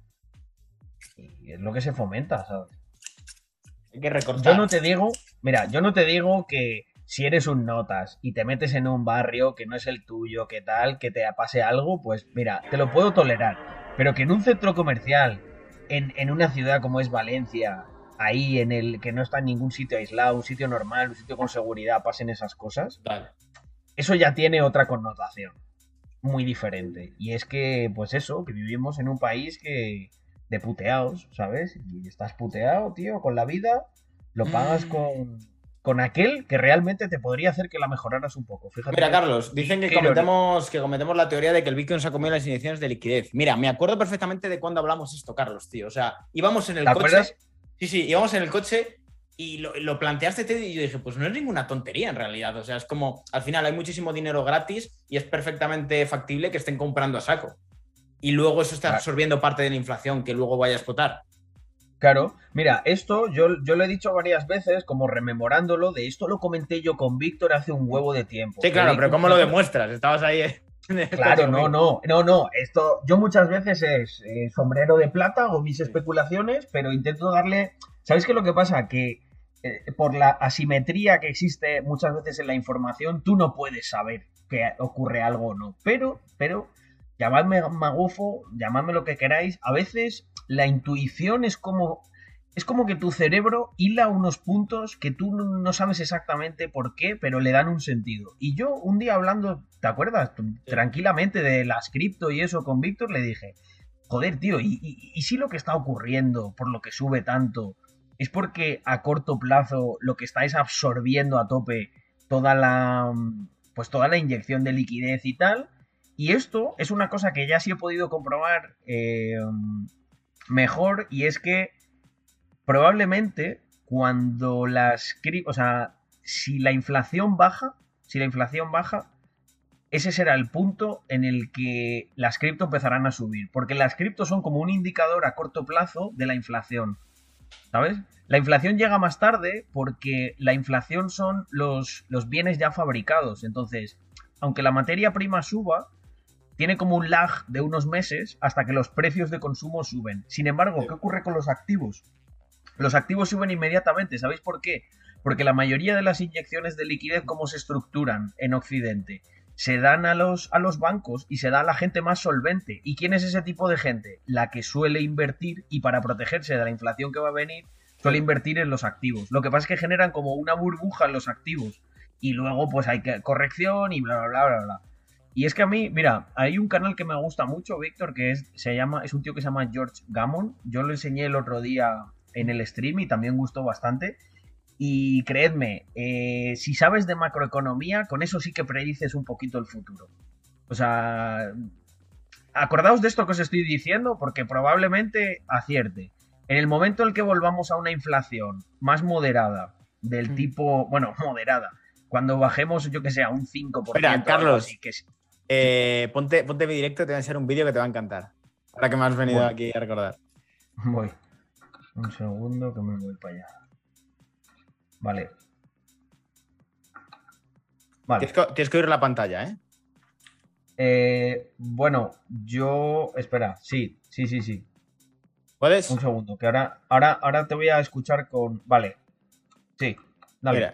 Y es lo que se fomenta, ¿sabes? Hay que recortar. Yo no te digo, mira, yo no te digo que si eres un notas y te metes en un barrio que no es el tuyo, que tal, que te pase algo, pues mira, te lo puedo tolerar. Pero que en un centro comercial, en una ciudad como es Valencia, ahí en el que no está en ningún sitio aislado, un sitio normal, un sitio con seguridad, pasen esas cosas, Total. eso ya tiene otra connotación muy diferente. Y es que, pues eso, que vivimos en un país que de puteados, ¿sabes? Y estás puteado, tío, con la vida, lo pagas con aquel que realmente te podría hacer que la mejoraras un poco. Fíjate. Mira, Carlos, dicen que qué ironía. cometemos la teoría de que el Bitcoin se ha comido las inyecciones de liquidez. Mira, me acuerdo perfectamente de cuando hablamos esto, Carlos, tío. O sea, íbamos en el ¿Te coche. acuerdas? Sí, íbamos en el coche y lo planteaste tío, y yo dije, pues no es ninguna tontería en realidad. O sea, es como, al final hay muchísimo dinero gratis y es perfectamente factible que estén comprando a saco. Y luego eso está absorbiendo parte de la inflación que luego vaya a explotar. Claro, mira, esto yo lo he dicho varias veces, como rememorándolo, de esto lo comenté yo con Víctor hace un huevo de tiempo. Sí, claro, pero ¿cómo lo demuestras? Estabas ahí. Claro, no. Esto, yo muchas veces es sombrero de plata, hago mis especulaciones, pero intento darle. ¿Sabéis qué es lo que pasa? Que por la asimetría que existe muchas veces en la información, tú no puedes saber que ocurre algo o no. Pero, llamadme magufo, llamadme lo que queráis. A veces la intuición es como que tu cerebro hila unos puntos que tú no sabes exactamente por qué, pero le dan un sentido. Y yo un día hablando, ¿te acuerdas? Tranquilamente de las cripto y eso con Víctor, le dije, joder, tío, ¿y si lo que está ocurriendo, por lo que sube tanto, es porque a corto plazo lo que estáis absorbiendo a tope toda la, pues toda la inyección de liquidez y tal? Y esto es una cosa que ya sí he podido comprobar mejor, y es que probablemente cuando o sea, si la inflación baja, ese será el punto en el que las cripto empezarán a subir, porque las cripto son como un indicador a corto plazo de la inflación. ¿sabes? La inflación llega más tarde porque la inflación son los bienes ya fabricados. Entonces, aunque la materia prima suba, tiene como un lag de unos meses hasta que los precios de consumo suben. Sin embargo, ¿qué ocurre con los activos? Los activos suben inmediatamente. ¿Sabéis por qué? Porque la mayoría de las inyecciones de liquidez, ¿cómo se estructuran en Occidente? Se dan a los bancos y se da a la gente más solvente. ¿Y quién es ese tipo de gente? La que suele invertir y para protegerse de la inflación que va a venir, suele invertir en los activos. Lo que pasa es que generan como una burbuja en los activos. Y luego pues hay corrección y bla, bla, bla, bla, bla. Y es que a mí, mira, hay un canal que me gusta mucho, Víctor, que es un tío que se llama George Gammon. Yo lo enseñé el otro día en el stream y también gustó bastante. Y creedme, si sabes de macroeconomía, con eso sí que predices un poquito el futuro. O sea, acordaos de esto que os estoy diciendo porque probablemente acierte. En el momento en el que volvamos a una inflación más moderada, del tipo, bueno, moderada, cuando bajemos, yo que sé, a un 5% Mira, o algo Carlos, así, que ponte mi directo, te voy a enseñar un vídeo que te va a encantar. Ahora que me has venido Bueno, aquí a recordar. voy. Un segundo que me voy para allá. Vale. Vale. Tienes que oír la pantalla, ¿eh? Bueno, yo. Espera, sí. ¿Puedes? Un segundo, que ahora te voy a escuchar con. Vale. Sí, dale. Mira.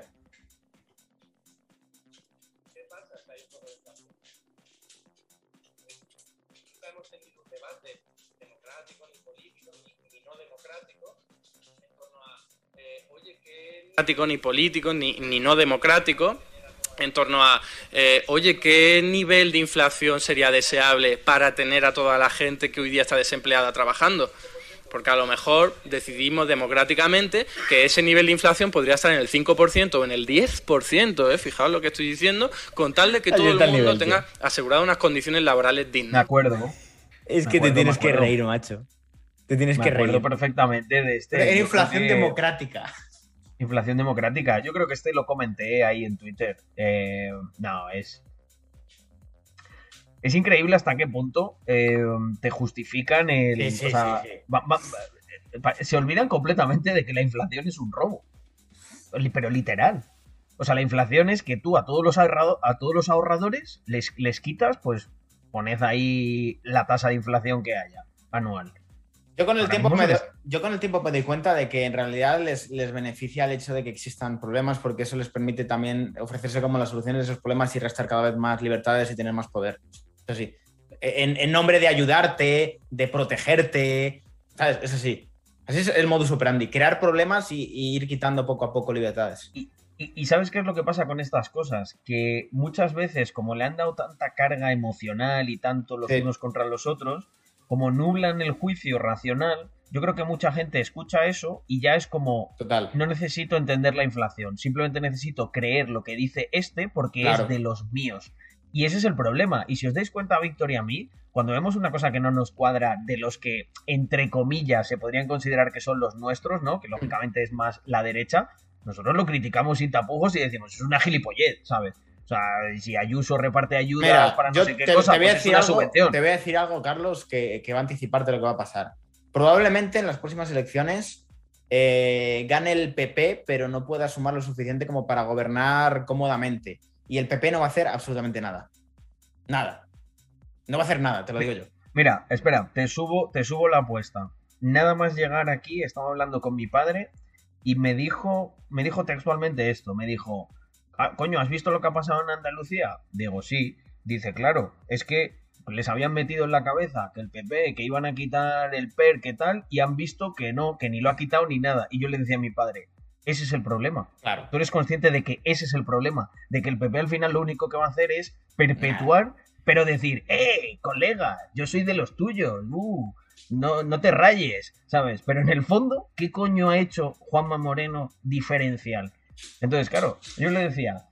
Estamos en un debate democrático, ni político, ni no democrático, en torno a, oye, ¿qué democrático, ni político, ni no democrático? En torno a, oye, ¿qué nivel de inflación sería deseable para tener a toda la gente que hoy día está desempleada trabajando? Porque a lo mejor decidimos democráticamente que ese nivel de inflación podría estar en el 5% o en el 10%, fijaos lo que estoy diciendo, con tal de que todo el mundo tenga asegurado unas condiciones laborales Me dignas. acuerdo. Es que te tienes que reír, macho. Te tienes que reír. Me acuerdo perfectamente de este. Era inflación democrática. Inflación democrática. Yo creo que este lo comenté ahí en Twitter. No, es increíble hasta qué punto te justifican el. Sí. Se olvidan completamente de que la inflación es un robo. Pero literal. O sea, la inflación es que tú a todos los ahorradores les quitas, pues poned ahí la tasa de inflación que haya anual. Yo con el tiempo me doy cuenta de que en realidad les beneficia el hecho de que existan problemas porque eso les permite también ofrecerse como las soluciones de esos problemas y restar cada vez más libertades y tener más poder. Eso sí, en nombre de ayudarte, de protegerte, ¿sabes? Eso sí. Así es el modus operandi, crear problemas y ir quitando poco a poco libertades. Y ¿sabes qué es lo que pasa con estas cosas? Que muchas veces, como le han dado tanta carga emocional y tanto los unos contra los otros, como nublan el juicio racional, yo creo que mucha gente escucha eso y ya es como, total, no necesito entender la inflación, simplemente necesito creer lo que dice este porque es de los míos. Y ese es el problema. Y si os dais cuenta, Víctor y a mí, cuando vemos una cosa que no nos cuadra de los que, entre comillas, se podrían considerar que son los nuestros, ¿no? Que lógicamente es más la derecha, nosotros lo criticamos sin tapujos y decimos, es una gilipollez, ¿sabes? O sea, si Ayuso reparte ayudas para no sé qué cosa, pues es una subvención. Te voy a decir algo, Carlos, que va a anticiparte lo que va a pasar. Probablemente en las próximas elecciones gane el PP, pero no pueda sumar lo suficiente como para gobernar cómodamente. Y el PP no va a hacer absolutamente nada. Nada. No va a hacer nada, te lo digo yo. Mira, espera, te subo la apuesta. Nada más llegar aquí, estaba hablando con mi padre y me dijo textualmente esto, me dijo... Ah, coño, ¿has visto lo que ha pasado en Andalucía? Digo, sí. Dice, claro, es que les habían metido en la cabeza que el PP, que iban a quitar el PER, que tal, y han visto que no, que ni lo ha quitado ni nada. Y yo le decía a mi padre, ese es el problema. Claro. Tú eres consciente de que ese es el problema, de que el PP al final lo único que va a hacer es perpetuar, pero decir, colega, yo soy de los tuyos, no te rayes, ¿sabes? Pero en el fondo, ¿qué coño ha hecho Juanma Moreno diferencial? Entonces, claro, yo le decía,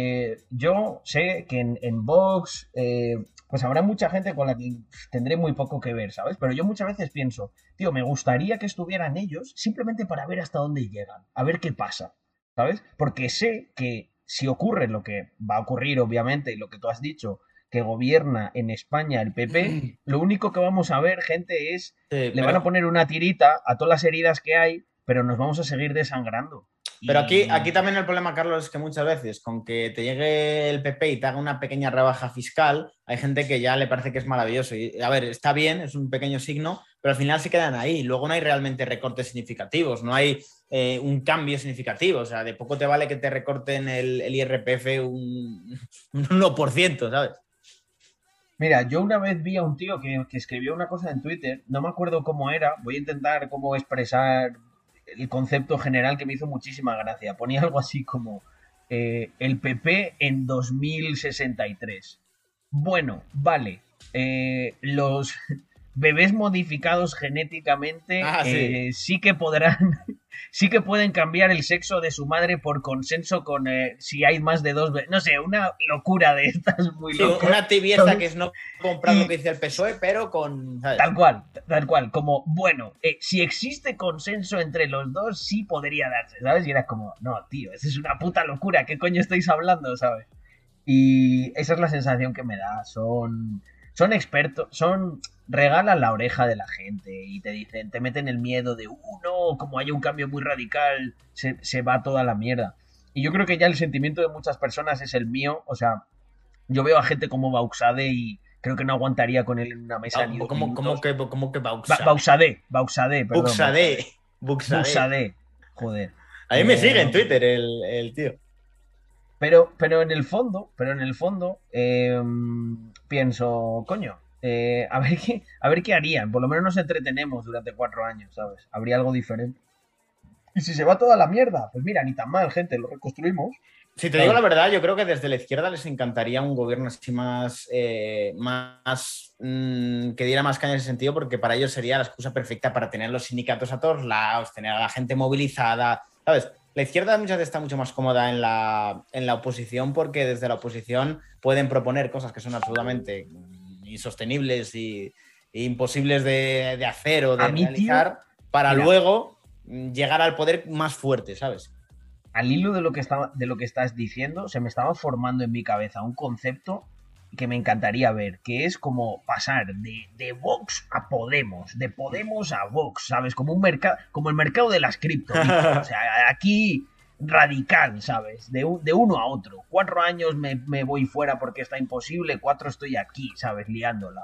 yo sé que en Vox pues habrá mucha gente con la que tendré muy poco que ver, ¿sabes? Pero yo muchas veces pienso, tío, me gustaría que estuvieran ellos simplemente para ver hasta dónde llegan, a ver qué pasa, ¿sabes? Porque sé que si ocurre lo que va a ocurrir, obviamente, y lo que tú has dicho, que gobierna en España el PP, lo único que vamos a ver, gente, es le van a poner una tirita a todas las heridas que hay, pero nos vamos a seguir desangrando. Pero aquí también el problema, Carlos, es que muchas veces con que te llegue el PP y te haga una pequeña rebaja fiscal, hay gente que ya le parece que es maravilloso. Y, a ver, está bien, es un pequeño signo, pero al final se quedan ahí. Luego no hay realmente recortes significativos, no hay un cambio significativo. O sea, de poco te vale que te recorten el IRPF un 1%, ¿sabes? Mira, yo una vez vi a un tío que escribió una cosa en Twitter, no me acuerdo cómo era, voy a intentar cómo expresar el concepto general que me hizo muchísima gracia. Ponía algo así como el PP en 2063. Bueno, vale. Los bebés modificados genéticamente sí que podrán, sí que pueden cambiar el sexo de su madre por consenso con si hay más de dos bebés. No sé, una locura de estas muy loca. Una tibieza que es no comprar lo que dice el PSOE, pero con... ¿sabes? Tal cual, como, bueno, si existe consenso entre los dos, sí podría darse, ¿sabes? Y era como, no, tío, eso es una puta locura, ¿qué coño estáis hablando, ¿sabes? Y esa es la sensación que me da, son expertos, regalan la oreja de la gente y te dicen, te meten el miedo de, no, como haya un cambio muy radical, se va toda la mierda. Y yo creo que ya el sentimiento de muchas personas es el mío, o sea, yo veo a gente como Bauxade y creo que no aguantaría con él en una mesa ni 2 minutos. ¿Cómo que Bauxade? Bauxade, perdón. Buxade, joder. A mí me sigue en Twitter el tío. Pero en el fondo, pienso, coño, a ver qué harían. Por lo menos nos entretenemos durante 4 años, ¿sabes? Habría algo diferente. Y si se va toda la mierda, pues mira, ni tan mal, gente, lo reconstruimos. Si te digo la verdad, yo creo que desde la izquierda les encantaría un gobierno así más que diera más caña en ese sentido, porque para ellos sería la excusa perfecta para tener los sindicatos a todos lados, tener a la gente movilizada, ¿sabes? La izquierda muchas veces está mucho más cómoda en la oposición, porque desde la oposición pueden proponer cosas que son absolutamente insostenibles e imposibles de hacer o de realizar, para luego llegar al poder más fuerte, ¿sabes? Al hilo de lo que estás diciendo, se me estaba formando en mi cabeza un concepto que me encantaría ver, que es como pasar de Vox a Podemos, de Podemos a Vox, ¿sabes? Como el mercado de las cripto. O sea, aquí radical, ¿sabes? De uno a otro. 4 años me voy fuera porque está imposible, 4 estoy aquí, ¿sabes? Liándola.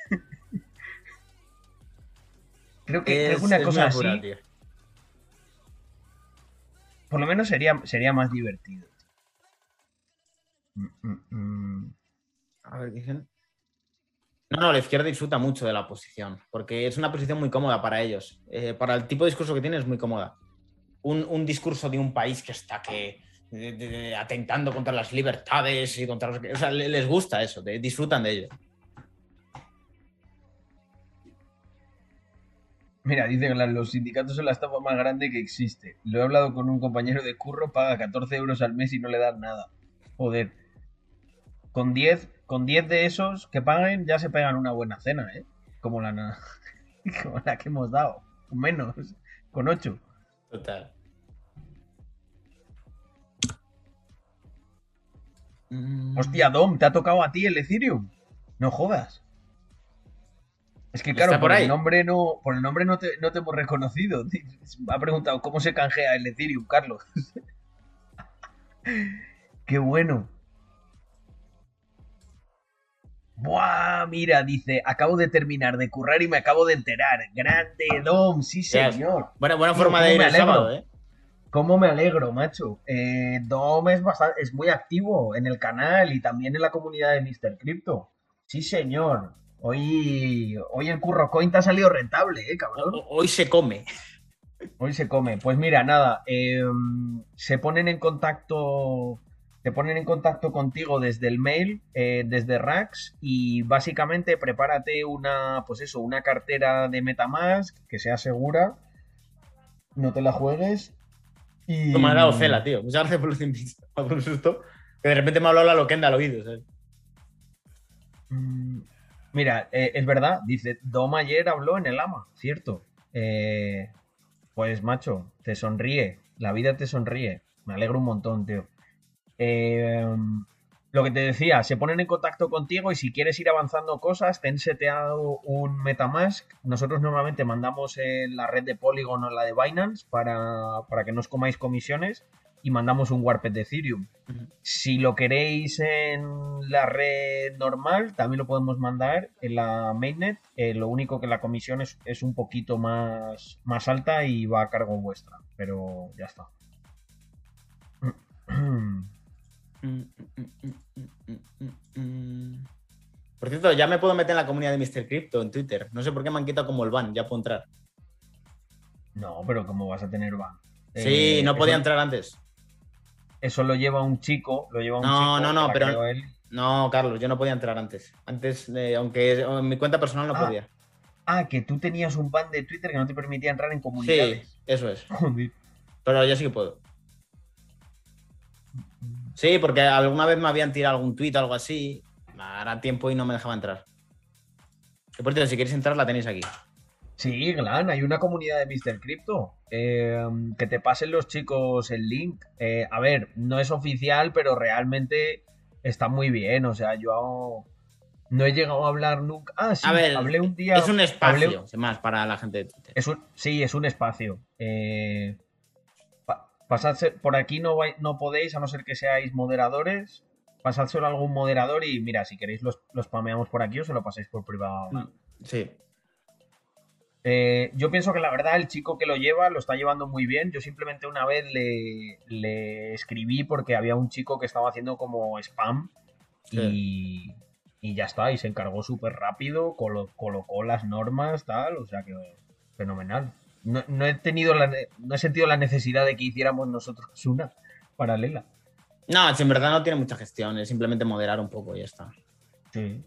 creo que una cosa así... Pura, tío. Por lo menos sería más divertido. A ver, dicen. No, la izquierda disfruta mucho de la oposición, porque es una posición muy cómoda para ellos. Para el tipo de discurso que tienen es muy cómoda. Un discurso de un país que está atentando contra las libertades y contra los... O sea, les gusta eso, disfrutan de ello. Mira, dice que los sindicatos son la estafa más grande que existe. Lo he hablado con un compañero de curro, paga 14 euros al mes y no le dan nada. Joder. Con 10 de esos que paguen ya se pegan una buena cena, ¿eh? Como la que hemos dado. Con menos. Con 8. Total. Hostia, Dom, ¿te ha tocado a ti el Ethereum? No jodas. Es que claro, por el nombre no te hemos reconocido. Me ha preguntado cómo se canjea el Ethereum, Carlos. Qué bueno. Buah, mira, dice, acabo de terminar de currar y me acabo de enterar. Grande, Dom, sí señor. Buena forma de ir al sábado, ¿eh? Cómo me alegro, macho. Dom es muy activo en el canal y también en la comunidad de Mr. Crypto. Sí señor. Hoy el Curro Coin te ha salido rentable, cabrón. Hoy se come. Hoy se come. Pues mira, nada, se ponen en contacto contigo desde el mail, desde Rax, y básicamente prepárate una cartera de MetaMask que sea segura, no te la juegues. Y... Me ha dado cela, tío. Muchas gracias por los invites. Por un susto. Que de repente me ha hablado la loquenda al oído, ¿sabes? Mira, es verdad, dice, Dom ayer habló en el AMA, cierto. Pues macho, te sonríe, la vida te sonríe. Me alegro un montón, tío. Lo que te decía, se ponen en contacto contigo y si quieres ir avanzando cosas, ten seteado un MetaMask. Nosotros normalmente mandamos en la red de Polygon o la de Binance para que no os comáis comisiones y mandamos un Warped de Ethereum. Si lo queréis en la red normal, también lo podemos mandar en la mainnet. Lo único que la comisión es un poquito más alta y va a cargo vuestra, pero ya está. Por cierto, ya me puedo meter en la comunidad de Mr. Crypto en Twitter. No sé por qué me han quitado como el ban, ya puedo entrar. No, pero ¿cómo vas a tener ban? Sí, no podía entrar antes. Eso lo lleva un chico, No, no, pero él. No, Carlos, yo no podía entrar antes. Antes, aunque en mi cuenta personal no podía. Que tú tenías un ban de Twitter que no te permitía entrar en comunidades. Sí, eso es. Joder. Pero yo sí que puedo. Sí, porque alguna vez me habían tirado algún tuit o algo así. Hará tiempo y no me dejaba entrar. Que por cierto, si queréis entrar, la tenéis aquí. Sí, Glan, hay una comunidad de Mr. Crypto. Que te pasen los chicos el link. A ver, no es oficial, pero realmente está muy bien. O sea, yo no he llegado a hablar nunca. Sí, a ver, hablé un día. Es un espacio, más para la gente de Twitter. Sí, es un espacio. Pasadse, por aquí no podéis, a no ser que seáis moderadores. Pasádselo a algún moderador y mira, si queréis lo spameamos por aquí o se lo pasáis por privado. Sí. Yo pienso que la verdad el chico que lo lleva lo está llevando muy bien. Yo simplemente una vez le escribí porque había un chico que estaba haciendo como spam y ya está, y se encargó súper rápido, colocó las normas, tal, o sea que fenomenal. No he sentido la necesidad de que hiciéramos nosotros una paralela. No, en verdad no tiene mucha gestión, es simplemente moderar un poco y ya está. Sí.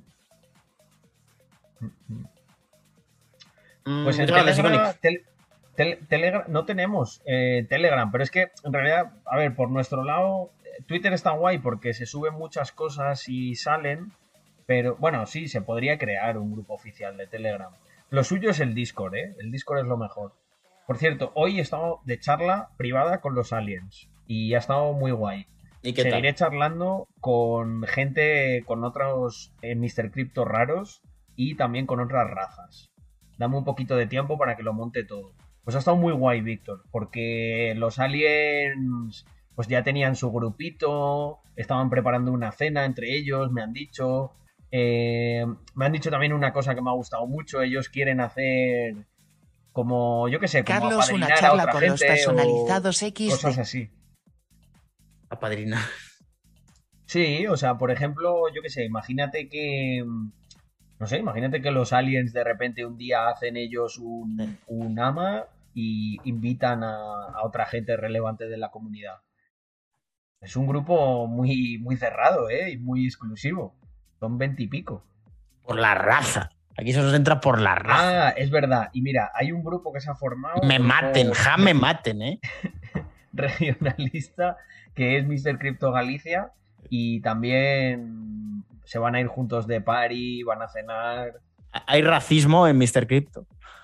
Pues en Telegram no tenemos Telegram, pero es que en realidad, a ver, por nuestro lado, Twitter está guay porque se suben muchas cosas y salen, pero bueno, sí, se podría crear un grupo oficial de Telegram. Lo suyo es el Discord, ¿eh? El Discord es lo mejor. Por cierto, hoy he estado de charla privada con los aliens y ha estado muy guay. ¿Y qué Seguiré tal? charlando con gente, con otros Mr. Crypto raros y también con otras razas. Dame un poquito de tiempo para que lo monte todo. Pues ha estado muy guay, Víctor, porque los aliens pues ya tenían su grupito, estaban preparando una cena entre ellos, me han dicho. Me han dicho también una cosa que me ha gustado mucho. Ellos quieren hacer como, yo qué sé, como Carlos, una apadrinar a charla otra con gente los personalizados XD. cosas así. Apadrinar. Sí, o sea, por ejemplo, yo qué sé, imagínate que los aliens de repente un día hacen ellos un AMA y invitan a otra gente relevante de la comunidad. Es un grupo muy, muy cerrado, ¿eh? Y muy exclusivo. Son 20 y pico. Por la raza. Aquí se nos entra por la raza. Es verdad. Y mira, hay un grupo que se ha formado. Me maten, me maten, ¿eh? Regionalista, que es Mr. Crypto Galicia. Y también se van a ir juntos de party, van a cenar. Hay racismo en Mr. Crypto.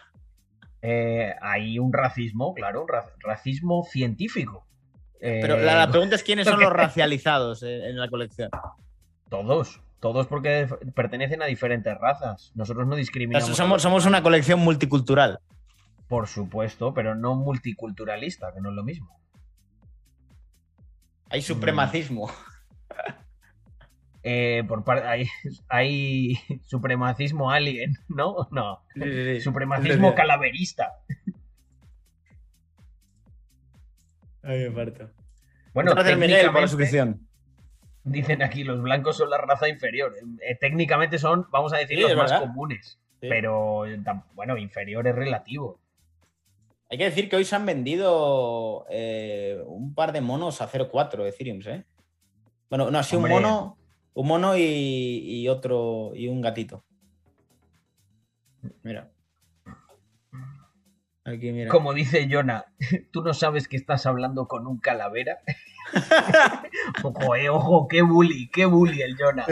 Hay un racismo, claro, un racismo científico. Pero la pregunta es quiénes son los racializados en la colección. Todos porque pertenecen a diferentes razas. Nosotros no discriminamos. Somos una colección multicultural. Por supuesto, pero no multiculturalista, que no es lo mismo. Hay supremacismo. Hay supremacismo alien, ¿no? No. Sí. Supremacismo calaverista. Ay, me parto. Bueno, gracias, Miguel, por la suscripción. Dicen aquí, los blancos son la raza inferior. Técnicamente son, vamos a decir, Sí, los es más verdad. comunes. Sí. Pero, bueno, inferior es relativo. Hay que decir que hoy se han vendido un par de monos a 0.4 Ethereum, ¿eh? Bueno, no, así Hombre. un mono y otro, y un gatito. Mira. Aquí, mira. Como dice Jonah, tú no sabes que estás hablando con un calavera. Ojo, qué bully el Jonah.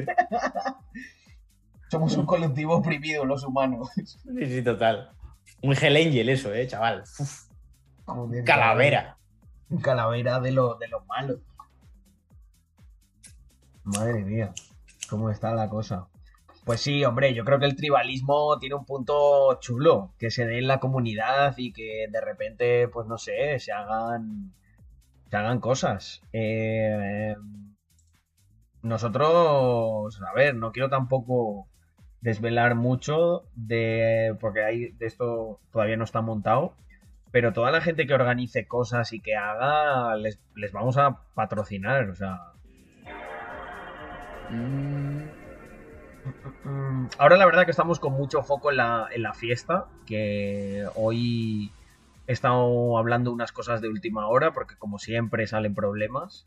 Somos un colectivo oprimido, los humanos. Sí, total. Un Hell Angel eso, chaval. Uf. Joder, Calavera. Un calavera de lo malo. Madre mía, cómo está la cosa. Pues sí, hombre, yo creo que el tribalismo tiene un punto chulo, que se dé en la comunidad y que de repente, pues no sé, se hagan cosas. Nosotros, a ver, no quiero tampoco desvelar mucho porque de esto todavía no está montado, pero toda la gente que organice cosas y que haga, les vamos a patrocinar, o sea. Mm, Ahora la verdad que estamos con mucho foco en la fiesta, que hoy he estado hablando unas cosas de última hora, porque como siempre salen problemas.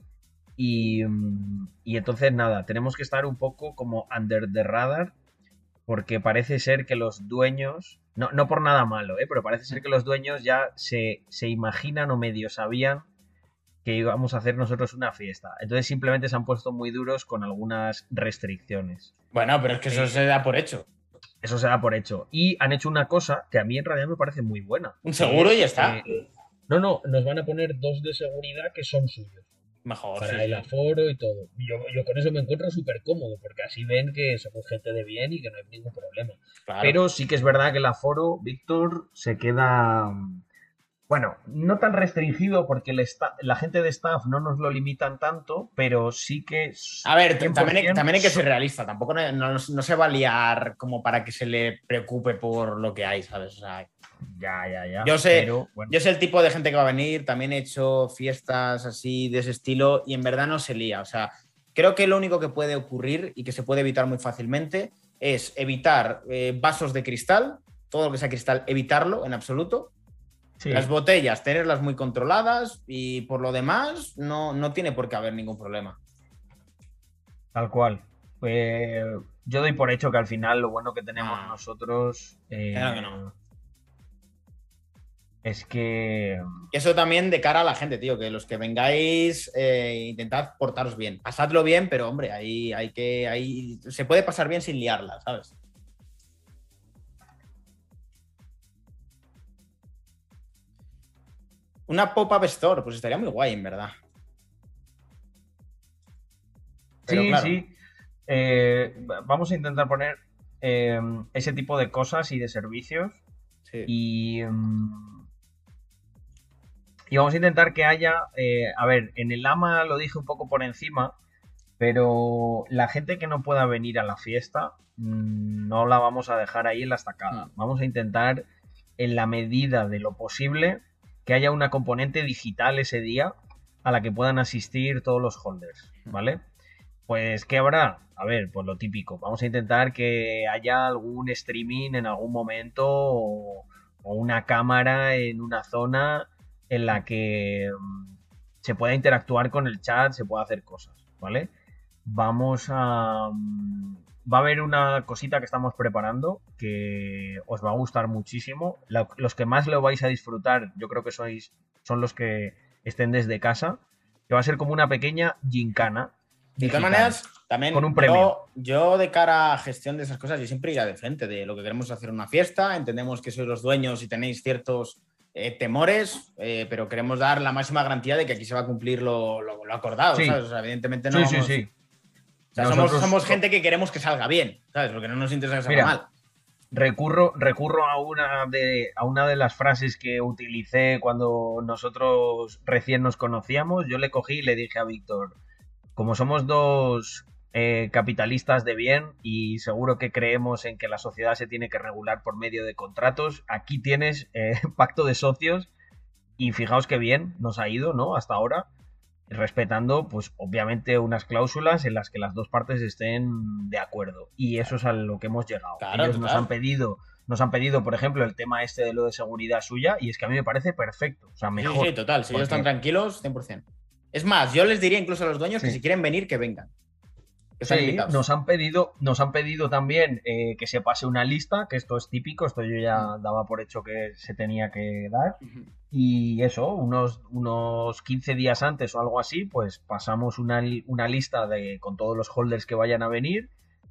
Y entonces nada, tenemos que estar un poco como under the radar, porque parece ser que los dueños, no por nada malo, pero parece ser que los dueños ya se imaginan o medio sabían que íbamos a hacer nosotros una fiesta. Entonces simplemente se han puesto muy duros con algunas restricciones. Bueno, pero es que eso se da por hecho. Eso se da por hecho. Y han hecho una cosa que a mí en realidad me parece muy buena. Un que seguro y es, ya está. no, nos van a poner 2 de seguridad que son suyos. Mejor, Para sí, el sí. aforo y todo. Yo con eso me encuentro súper cómodo, porque así ven que somos gente de bien y que no hay ningún problema. Claro. Pero sí que es verdad que el aforo, Víctor, se queda. Bueno, no tan restringido porque la gente de staff no nos lo limitan tanto, pero sí que. A ver, 100% también hay que ser realista. Tampoco no se va a liar como para que se le preocupe por lo que hay, ¿sabes? O sea, Ya. yo sé, Pero, bueno. yo sé el tipo de gente que va a venir. También he hecho fiestas así de ese estilo y en verdad no se lía. O sea, creo que lo único que puede ocurrir y que se puede evitar muy fácilmente es evitar vasos de cristal, todo lo que sea cristal, evitarlo en absoluto. Sí, Las botellas, tenerlas muy controladas y por lo demás no tiene por qué haber ningún problema. tal cual. Yo doy por hecho que al final lo bueno que tenemos Ah, nosotros claro que no. es que. Y eso también de cara a la gente, tío, que los que vengáis, intentad portaros bien. Pasadlo bien, pero hombre, ahí se puede pasar bien sin liarla, ¿sabes? Una pop-up store, pues estaría muy guay, en verdad. Pero Sí, claro, sí. Vamos a intentar poner ese tipo de cosas y de servicios. sí. Y vamos a intentar que haya. A ver, en el AMA lo dije un poco por encima, pero la gente que no pueda venir a la fiesta no la vamos a dejar ahí en la estacada. Vamos a intentar, en la medida de lo posible, que haya una componente digital ese día a la que puedan asistir todos los holders, ¿vale? Pues, ¿qué habrá? A ver, pues lo típico. Vamos a intentar que haya algún streaming en algún momento o una cámara en una zona en la que se pueda interactuar con el chat, se pueda hacer cosas, ¿vale? Vamos a... Va a haber una cosita que estamos preparando que os va a gustar muchísimo. Los que más lo vais a disfrutar, yo creo que son los que estén desde casa, que va a ser como una pequeña gincana De todas digital, maneras, también con un premio. yo de cara a gestión de esas cosas, yo siempre iría de frente de lo que queremos hacer una fiesta. Entendemos que sois los dueños y tenéis ciertos temores, pero queremos dar la máxima garantía de que aquí se va a cumplir lo acordado, Sí, ¿sabes? O sea, evidentemente no sí, vamos. sí. O sea, Nosotros, somos gente que queremos que salga bien, ¿sabes? Porque no nos interesa que salga mira, mal. recurro a una de las frases que utilicé cuando nosotros recién nos conocíamos. Yo le cogí y le dije a Víctor, como somos dos capitalistas de bien y seguro que creemos en que la sociedad se tiene que regular por medio de contratos, aquí tienes pacto de socios y fijaos qué bien nos ha ido, ¿no? Hasta ahora, respetando, pues obviamente unas cláusulas en las que las dos partes estén de acuerdo. Y eso es a lo que hemos llegado. Claro, Ellos nos total. han pedido, por ejemplo, el tema este de lo de seguridad suya, y es que a mí me parece perfecto, o sea, Sí, mejor. sí, total. Si ellos están Porque, tranquilos, 100%. Es más, yo les diría incluso a los dueños que si sí, quieren venir, que vengan. Que están sí, invitados. nos han pedido también que se pase una lista, que esto es típico, esto yo ya Mm. daba por hecho que se tenía que dar. Ujú. Y eso, unos 15 días antes o algo así, pues pasamos una lista con todos los holders que vayan a venir,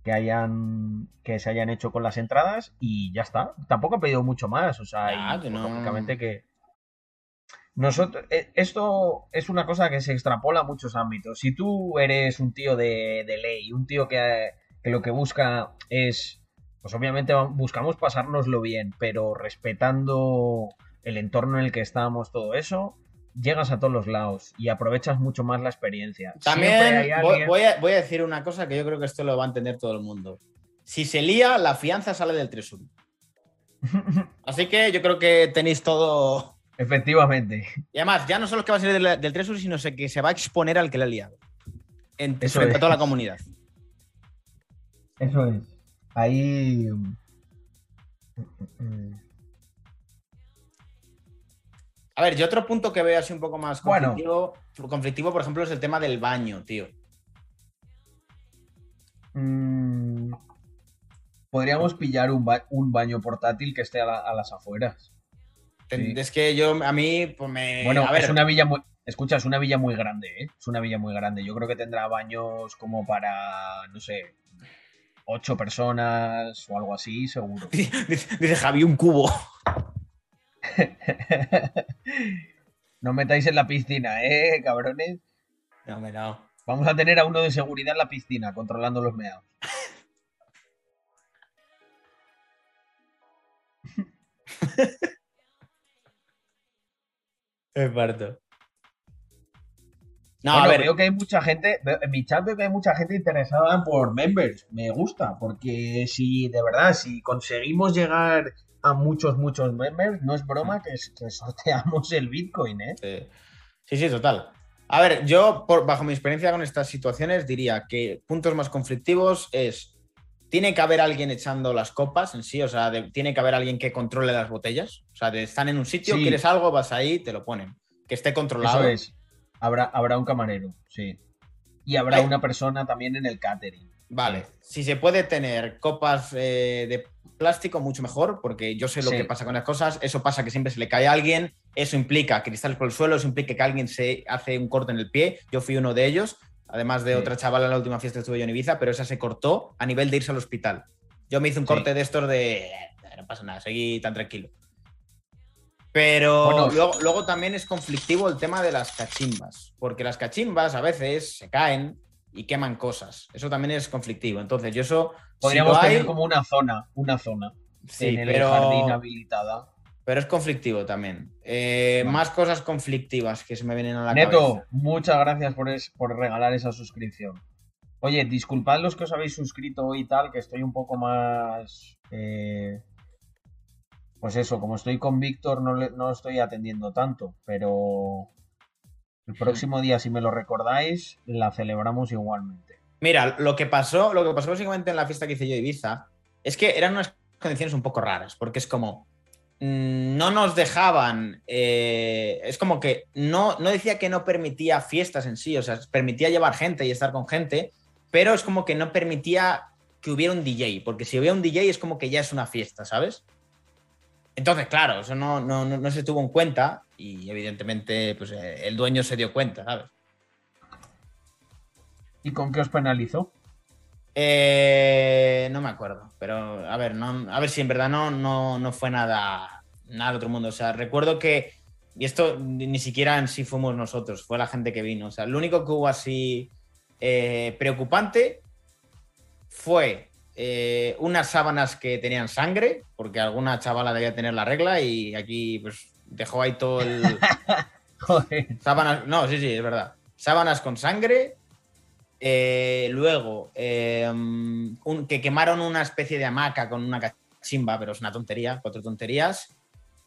que se hayan hecho con las entradas y ya está. Tampoco he pedido mucho más, o sea, Ya, y que pues no. lógicamente Esto es una cosa que se extrapola a muchos ámbitos. Si tú eres un tío de ley, un tío que lo que busca es, pues obviamente buscamos pasárnoslo bien, pero respetando el entorno en el que estamos, todo eso, llegas a todos los lados y aprovechas mucho más la experiencia. Siempre hay También alguien... voy a decir una cosa que yo creo que esto lo va a entender todo el mundo. Si se lía, la fianza sale del Tresuri. Así que yo creo que tenéis todo. Efectivamente, Y además, ya no solo es que va a salir del Tresuri, sino que se va a exponer al que le ha liado. eso Frente a es. toda la comunidad. Eso es. Ahí... A ver, yo otro punto que veo así un poco más Bueno, conflictivo, por ejemplo, es el tema del baño, tío. mm, podríamos pillar un baño portátil que esté a las afueras. Sí. Es que yo, a mí, pues me. Bueno, A ver, es una villa muy... Escucha, es una villa muy grande, ¿eh? Es una villa muy grande. Yo creo que tendrá baños como para, no sé, 8 personas o algo así, seguro. dice Javi, un cubo. No metáis en la piscina, cabrones. No, me no. Vamos a tener a uno de seguridad en la piscina, controlando los meados. Es parto. No, Bueno, a ver. veo que hay mucha gente, en mi chat veo que hay mucha gente interesada por members. Me gusta, porque si de verdad, si conseguimos llegar a muchos members, no es broma que sorteamos el Bitcoin, ¿eh? Sí, sí, total. A ver, yo, bajo mi experiencia con estas situaciones, diría que puntos más conflictivos es, tiene que haber alguien echando las copas en sí, o sea, tiene que haber alguien que controle las botellas. O sea, están en un sitio, Sí, quieres algo, vas ahí, te lo ponen. Que esté controlado. eso es. Habrá un camarero, sí. Y habrá una persona también en el catering. Vale, Sí. si se puede tener copas de plástico, mucho mejor, porque yo sé lo Sí. que pasa con las cosas. Eso pasa que siempre se le cae a alguien, eso implica cristales por el suelo, eso implica que alguien se hace un corte en el pie. Yo fui uno de ellos, además de Sí. otra chavala en la última fiesta que estuve yo en Ibiza, pero esa se cortó a nivel de irse al hospital. Yo me hice un corte de estos de... no pasa nada, seguí tan tranquilo. Pero Bueno, luego también es conflictivo el tema de las cachimbas, porque las cachimbas a veces se caen y queman cosas. Eso también es conflictivo. Entonces, yo eso, podríamos si lo hay, tener como una zona sí, en el jardín habilitada. pero es conflictivo también. Vale. Más cosas conflictivas que se me vienen a la Neto, cabeza. muchas gracias por regalar esa suscripción. Oye, disculpad los que os habéis suscrito hoy y tal, que estoy un poco más... pues eso, como estoy con Víctor no estoy atendiendo tanto, pero el próximo día, si me lo recordáis, la celebramos igualmente. Mira, lo que pasó básicamente en la fiesta que hice yo de Ibiza es que eran unas condiciones un poco raras, porque es como no nos dejaban, es como que no decía que no permitía fiestas en sí, o sea, permitía llevar gente y estar con gente, pero es como que no permitía que hubiera un DJ, porque si hubiera un DJ es como que ya es una fiesta, ¿sabes? Entonces, claro, eso no se tuvo en cuenta y evidentemente pues, el dueño se dio cuenta, ¿sabes? ¿Y con qué os penalizó? No me acuerdo, pero a ver, a ver si en verdad no fue nada de otro mundo. O sea, recuerdo que, y esto ni siquiera en sí fuimos nosotros, fue la gente que vino. O sea, lo único que hubo así preocupante fue unas sábanas que tenían sangre, porque alguna chavala debía tener la regla y aquí pues dejó ahí todo el... Joder. Sábanas, no, sí, es verdad. Sábanas con sangre. Luego, que quemaron una especie de hamaca con una cachimba, pero es una tontería, 4 tonterías.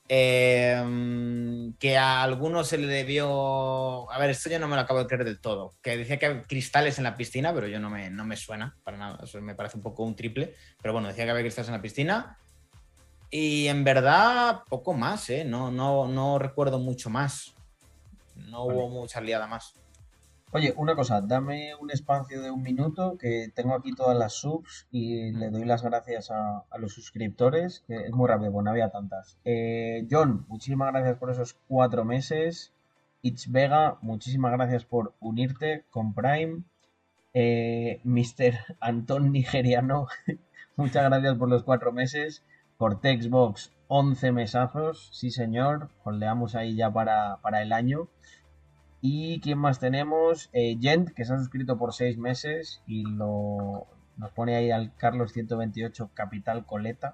Que a algunos se le debió... A ver, esto yo no me lo acabo de creer del todo. Que decía que había cristales en la piscina, pero yo no me suena para nada. Eso me parece un poco un triple. Pero bueno, decía que había cristales en la piscina. Y en verdad, poco más, ¿eh? No recuerdo mucho más. No hubo mucha liada más. Oye, una cosa, dame un espacio de 1 minuto que tengo aquí todas las subs y le doy las gracias a los suscriptores, que es muy rápido, pues no había tantas. John, muchísimas gracias por esos 4 meses. It's Vega, muchísimas gracias por unirte con Prime. Mr. Antón Nigeriano, muchas gracias por los 4 meses. Cortex Box, 11 mesazos, sí señor, holdeamos ahí ya para el año. ¿Y quién más tenemos? Gent, que se ha suscrito por 6 meses y nos pone ahí al Carlos 128 Capital Coleta.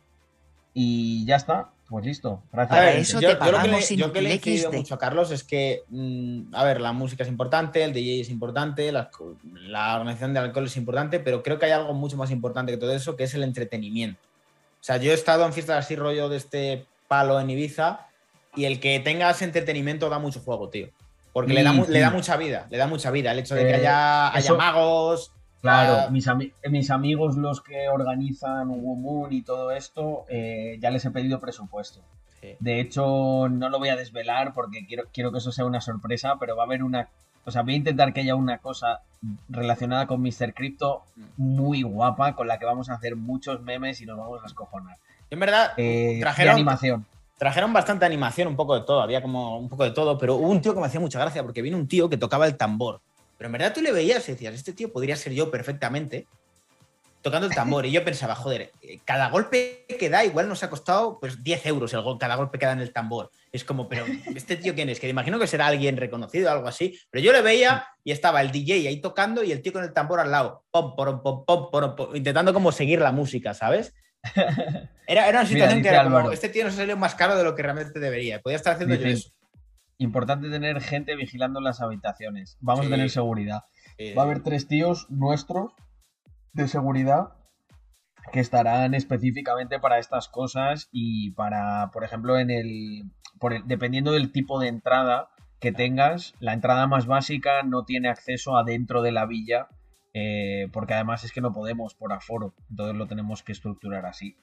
Y ya está, pues listo. Gracias. A Para ver, eso yo te lo que pagamos yo que le he inútil incidido XD. mucho a Carlos es que, a ver, la música es importante, el DJ es importante, la organización de alcohol es importante, pero creo que hay algo mucho más importante que todo eso, que es el entretenimiento. O sea, yo he estado en fiestas así rollo de este palo en Ibiza y el que tenga ese entretenimiento da mucho juego, tío. Porque Sí, le da sí. mucha vida, le da mucha vida. El hecho de que haya Eso, magos. claro, mis amigos los que organizan Wu Moon y todo esto, ya les he pedido presupuesto. Sí. De hecho, no lo voy a desvelar porque quiero que eso sea una sorpresa, pero va a haber o sea, voy a intentar que haya una cosa relacionada con Mr. Crypto muy guapa, con la que vamos a hacer muchos memes y nos vamos a escojonar. En verdad, De animación. trajeron bastante animación, un poco de todo, había como un poco de todo, pero hubo un tío que me hacía mucha gracia porque vino un tío que tocaba el tambor. Pero en verdad tú le veías y decías, este tío podría ser yo perfectamente tocando el tambor. Y yo pensaba, joder, cada golpe que da igual nos ha costado pues 10 euros cada golpe que da en el tambor. Es como, pero ¿este tío quién es? Que imagino que será alguien reconocido o algo así. Pero yo le veía y estaba el DJ ahí tocando y el tío con el tambor al lado, pom, porom, pom, pom, porom, pom, intentando como seguir la música, ¿sabes? Era una situación que era como, Álvaro, este tío nos salió más caro de lo que realmente debería. Podía estar haciendo yo eso. importante tener gente vigilando las habitaciones. Vamos Sí. a tener seguridad. Va a haber 3 tíos nuestros de seguridad que estarán específicamente para estas cosas y para, por ejemplo, dependiendo del tipo de entrada que tengas, la entrada más básica no tiene acceso a dentro de la villa, porque además es que no podemos por aforo, entonces lo tenemos que estructurar así.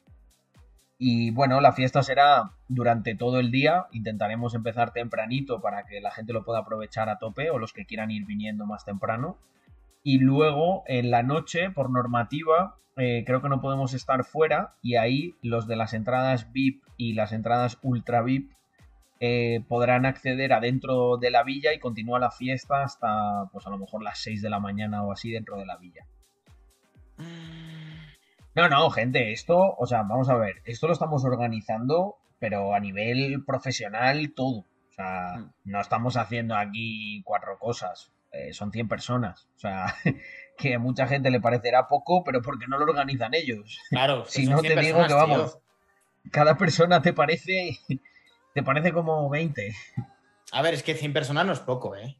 Y bueno, la fiesta será durante todo el día, intentaremos empezar tempranito para que la gente lo pueda aprovechar a tope o los que quieran ir viniendo más temprano. Y luego en la noche, por normativa, creo que no podemos estar fuera y ahí los de las entradas VIP y las entradas ultra VIP podrán acceder adentro de la villa y continúa la fiesta hasta pues a lo mejor las 6 de la mañana o así dentro de la villa. No, gente, esto, o sea, vamos a ver, esto lo estamos organizando, pero a nivel profesional todo. O sea, no estamos haciendo aquí 4 cosas, son 100 personas. O sea, que a mucha gente le parecerá poco, pero porque no lo organizan ellos. Claro, Si son no 100 te digo personas, que vamos, tío. cada persona te parece como 20. A ver, es que 100 personas no es poco, ¿eh?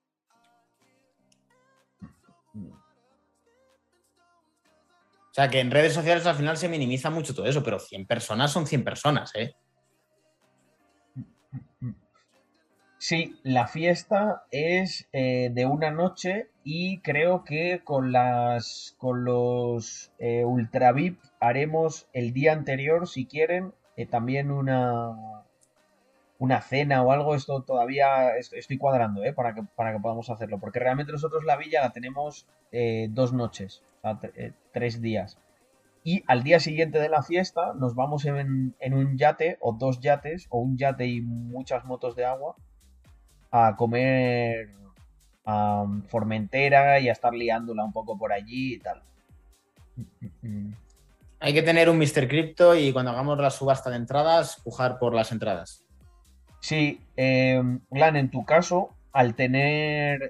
O sea, que en redes sociales al final se minimiza mucho todo eso, pero 100 personas son 100 personas, ¿eh? Sí, la fiesta es de una noche y creo que con los Ultra VIP haremos el día anterior, si quieren, también una cena o algo. Esto todavía estoy cuadrando, para que podamos hacerlo, porque realmente nosotros la villa la tenemos 2 noches, o sea, 3 días. Y al día siguiente de la fiesta nos vamos en un yate o 2 yates o un yate y muchas motos de agua a comer a Formentera y a estar liándola un poco por allí y tal. Hay que tener un Mr. Crypto y cuando hagamos la subasta de entradas, pujar por las entradas. Sí, Glan, en tu caso, al tener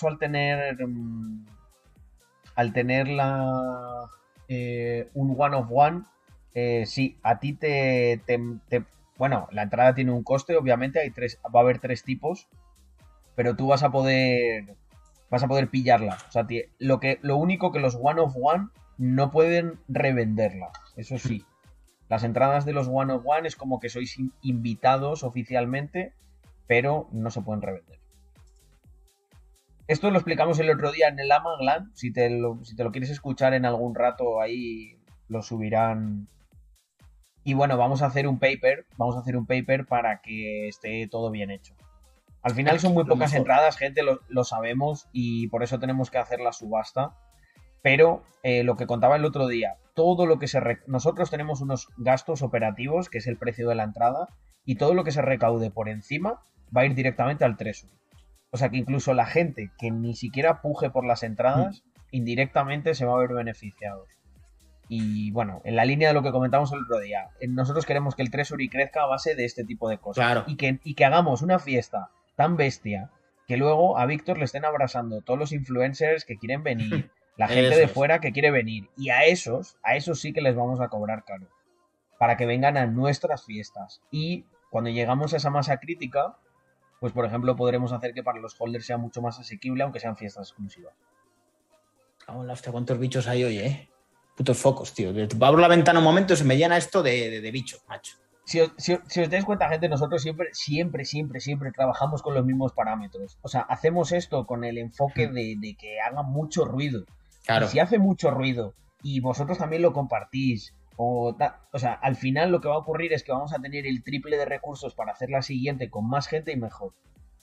un one of one, sí, a ti bueno, la entrada tiene un coste, obviamente, va a haber 3 tipos, pero tú vas a poder pillarla. O sea, lo único que los one of one no pueden revenderla, eso sí. Las entradas de los one of one es como que sois invitados oficialmente, pero no se pueden revender. Esto lo explicamos el otro día en el Amaglan. Si te lo quieres escuchar en algún rato, ahí lo subirán. Y bueno, vamos a hacer un paper para que esté todo bien hecho. Al final son muy pocas entradas, gente, lo sabemos, y por eso tenemos que hacer la subasta. Pero lo que contaba el otro día, todo lo que nosotros tenemos unos gastos operativos, que es el precio de la entrada, y todo lo que se recaude por encima va a ir directamente al Treasury. O sea que incluso la gente que ni siquiera puje por las entradas, indirectamente se va a ver beneficiados. Y bueno, en la línea de lo que comentamos el otro día, nosotros queremos que el Treasury crezca a base de este tipo de cosas. Claro. Y que hagamos una fiesta tan bestia que luego a Víctor le estén abrazando todos los influencers que quieren venir, la gente Eso de es. fuera que quiere venir. Y a esos sí que les vamos a cobrar caro. Para que vengan a nuestras fiestas. Y cuando llegamos a esa masa crítica, pues por ejemplo podremos hacer que para los holders sea mucho más asequible, aunque sean fiestas exclusivas. Vamos, hostia, cuántos bichos hay hoy, Putos focos, tío. Abro la ventana un momento y se me llena esto de bichos, macho. Si os dais cuenta, gente, nosotros siempre trabajamos con los mismos parámetros. O sea, hacemos esto con el enfoque de que haga mucho ruido. Claro. Y si hace mucho ruido y vosotros también lo compartís, o sea, al final lo que va a ocurrir es que vamos a tener el triple de recursos para hacer la siguiente con más gente y mejor.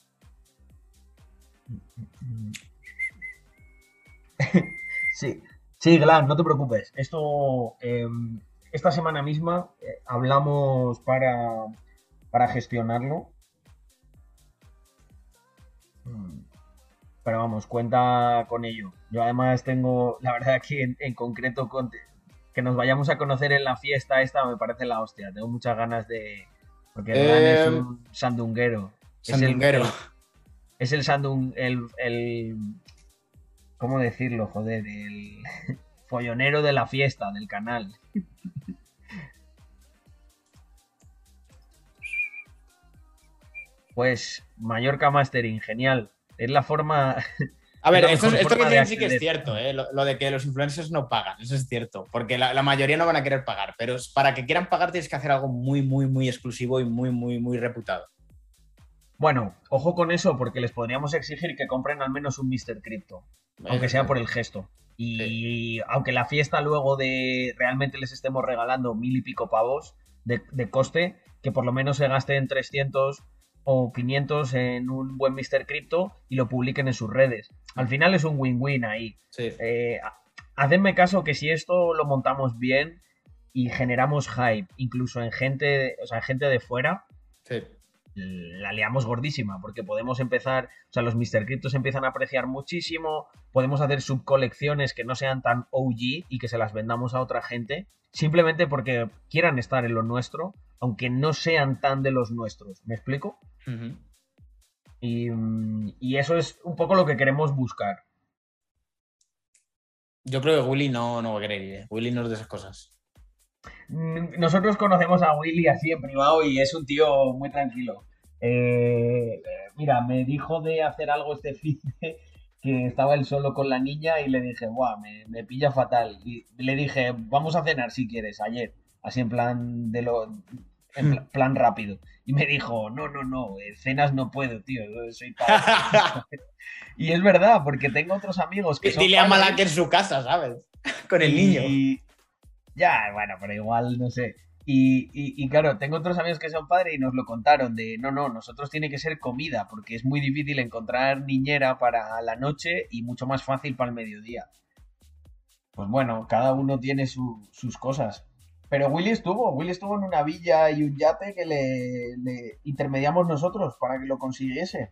Sí, Glan, no te preocupes. Esta semana misma hablamos para gestionarlo. Pero vamos, cuenta con ello. Yo además tengo, la verdad que en concreto, que nos vayamos a conocer en la fiesta esta me parece la hostia. Tengo muchas ganas de... Porque Glan es un sandunguero. Sandunguero. Es el sandung... ¿Cómo decirlo? Joder, el follonero de la fiesta, del canal. Pues Mallorca Mastering, genial. Es la forma... A ver, es la esto mejor que forma de dicen sí que es acceder. cierto, lo de que los influencers no pagan, eso es cierto, porque la mayoría no van a querer pagar, pero para que quieran pagar tienes que hacer algo muy, muy, muy exclusivo y muy, muy, muy reputado. Bueno, ojo con eso, porque les podríamos exigir que compren al menos un Mr. Crypto, aunque sea por el gesto. Y aunque la fiesta luego de realmente les estemos regalando 1000 y pico pavos de coste, que por lo menos se gasten 300 o 500 en un buen Mr. Crypto y lo publiquen en sus redes. Al final es un win-win ahí. Sí. Hacedme caso que si esto lo montamos bien y generamos hype, incluso en gente, o sea, gente de fuera, Sí. la liamos gordísima, porque podemos empezar, o sea, los Mr. Cryptos empiezan a apreciar muchísimo, podemos hacer subcolecciones que no sean tan OG y que se las vendamos a otra gente, simplemente porque quieran estar en lo nuestro, aunque no sean tan de los nuestros, ¿me explico? Uh-huh. Y eso es un poco lo que queremos buscar. Yo creo que Willy no va a querer ir, Willy no es de esas cosas. Nosotros conocemos a Willy así en privado y es un tío muy tranquilo. Mira, me dijo de hacer algo este fin de que estaba él solo con la niña y le dije, guau, me pilla fatal. Y le dije, vamos a cenar si quieres, ayer. Así en plan plan rápido. Y me dijo, no, cenas no puedo, tío, soy padre. Y es verdad, porque tengo otros amigos que son Dile a padres. Malak en su casa, ¿sabes? Con el niño. Ya, bueno, pero igual, no sé. Y claro, tengo otros amigos que son padres y nos lo contaron de, no, nosotros tiene que ser comida, porque es muy difícil encontrar niñera para la noche y mucho más fácil para el mediodía. Pues bueno, cada uno tiene sus cosas. Pero Willy estuvo en una villa y un yate que le intermediamos nosotros para que lo consiguiese.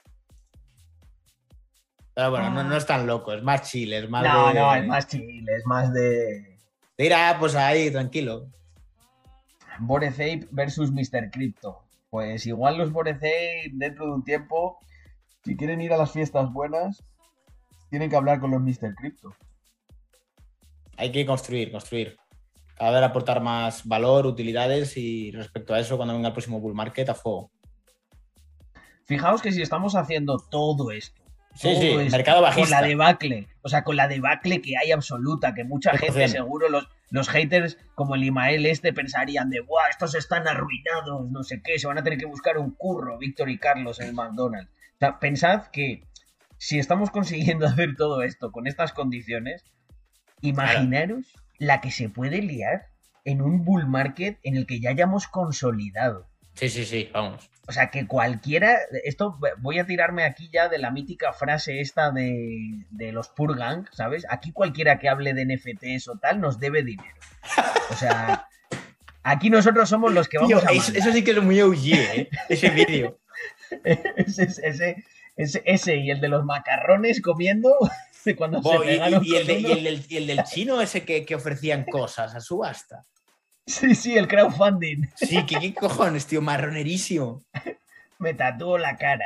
Pero bueno, no es tan loco, es más chill, es más No, es más chill, es más de... Mira, pues ahí, tranquilo. Bored Ape versus Mr. Crypto. Pues igual los Bored Ape dentro de un tiempo, si quieren ir a las fiestas buenas, tienen que hablar con los Mr. Crypto. Hay que construir. Cada vez aportar más valor, utilidades y respecto a eso, cuando venga el próximo bull market, a fuego. Fijaos que si estamos haciendo todo esto, mercado bajista. con la debacle que hay absoluta, que mucha 100%. gente seguro, los haters como el Imael pensarían de, ¡buah, estos están arruinados, no sé qué, se van a tener que buscar un curro, Víctor y Carlos en el McDonald's. O sea, pensad que si estamos consiguiendo hacer todo esto con estas condiciones, imaginaros la que se puede liar en un bull market en el que ya hayamos consolidado. Sí, vamos. O sea, que cualquiera... Esto voy a tirarme aquí ya de la mítica frase esta de los Pur Gang, ¿sabes? Aquí cualquiera que hable de NFTs o tal nos debe dinero. O sea, aquí nosotros somos los que vamos a mandar. Eso sí que es muy OG, ese vídeo. Ese y el de los macarrones comiendo... de cuando Bo, se pegaron y el, con uno. y el del chino ese que ofrecían cosas a subasta. Sí, el crowdfunding. Sí, ¿qué cojones, tío? Marronerísimo. Me tatuó la cara.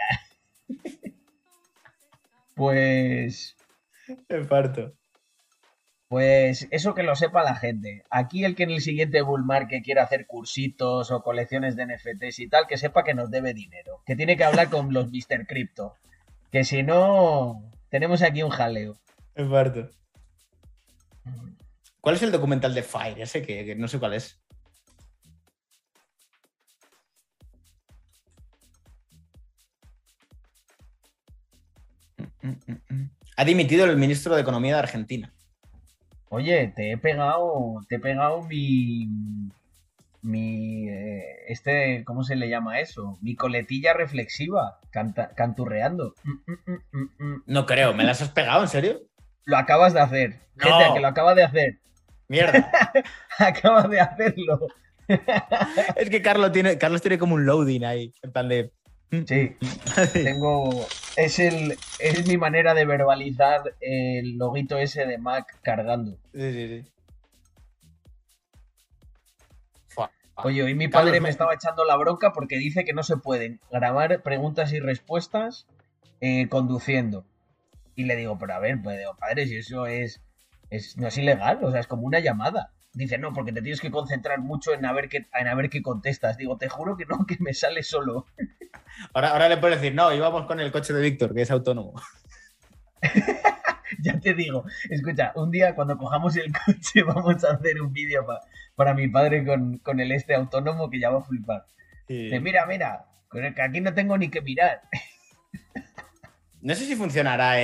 Pues, Me parto. pues eso que lo sepa la gente. Aquí el que en el siguiente bull market quiera hacer cursitos o colecciones de NFTs y tal, que sepa que nos debe dinero. Que tiene que hablar con los Mr. Crypto. Que si no, tenemos aquí un jaleo. Me parto. ¿Cuál es el documental de Fire? Ese que no sé cuál es. Ha dimitido el ministro de Economía de Argentina. Oye, te he pegado ¿cómo se le llama eso? Mi coletilla reflexiva, canturreando. No creo, ¿me las has pegado, en serio? Lo acabas de hacer. No. Gente, que lo acaba de hacer. Mierda. Acaba de hacerlo. Es que Carlos tiene como un loading ahí, en plan de... Sí, tengo. Es mi manera de verbalizar el loguito ese de Mac cargando. Sí. Oye, hoy mi Carlos, padre me estaba echando la bronca porque dice que no se pueden grabar preguntas y respuestas conduciendo. Y le digo, pero a ver, pues digo, padre, si eso no es ilegal, o sea, es como una llamada. Dice, no, porque te tienes que concentrar mucho en a ver qué contestas. Digo, te juro que no, que me sale solo. Ahora le puedes decir, no, íbamos con el coche de Víctor, que es autónomo. Ya te digo, escucha, un día cuando cojamos el coche vamos a hacer un vídeo para mi padre con el autónomo que ya va a flipar. Sí. Dice, mira, que aquí no tengo ni que mirar. No sé si funcionará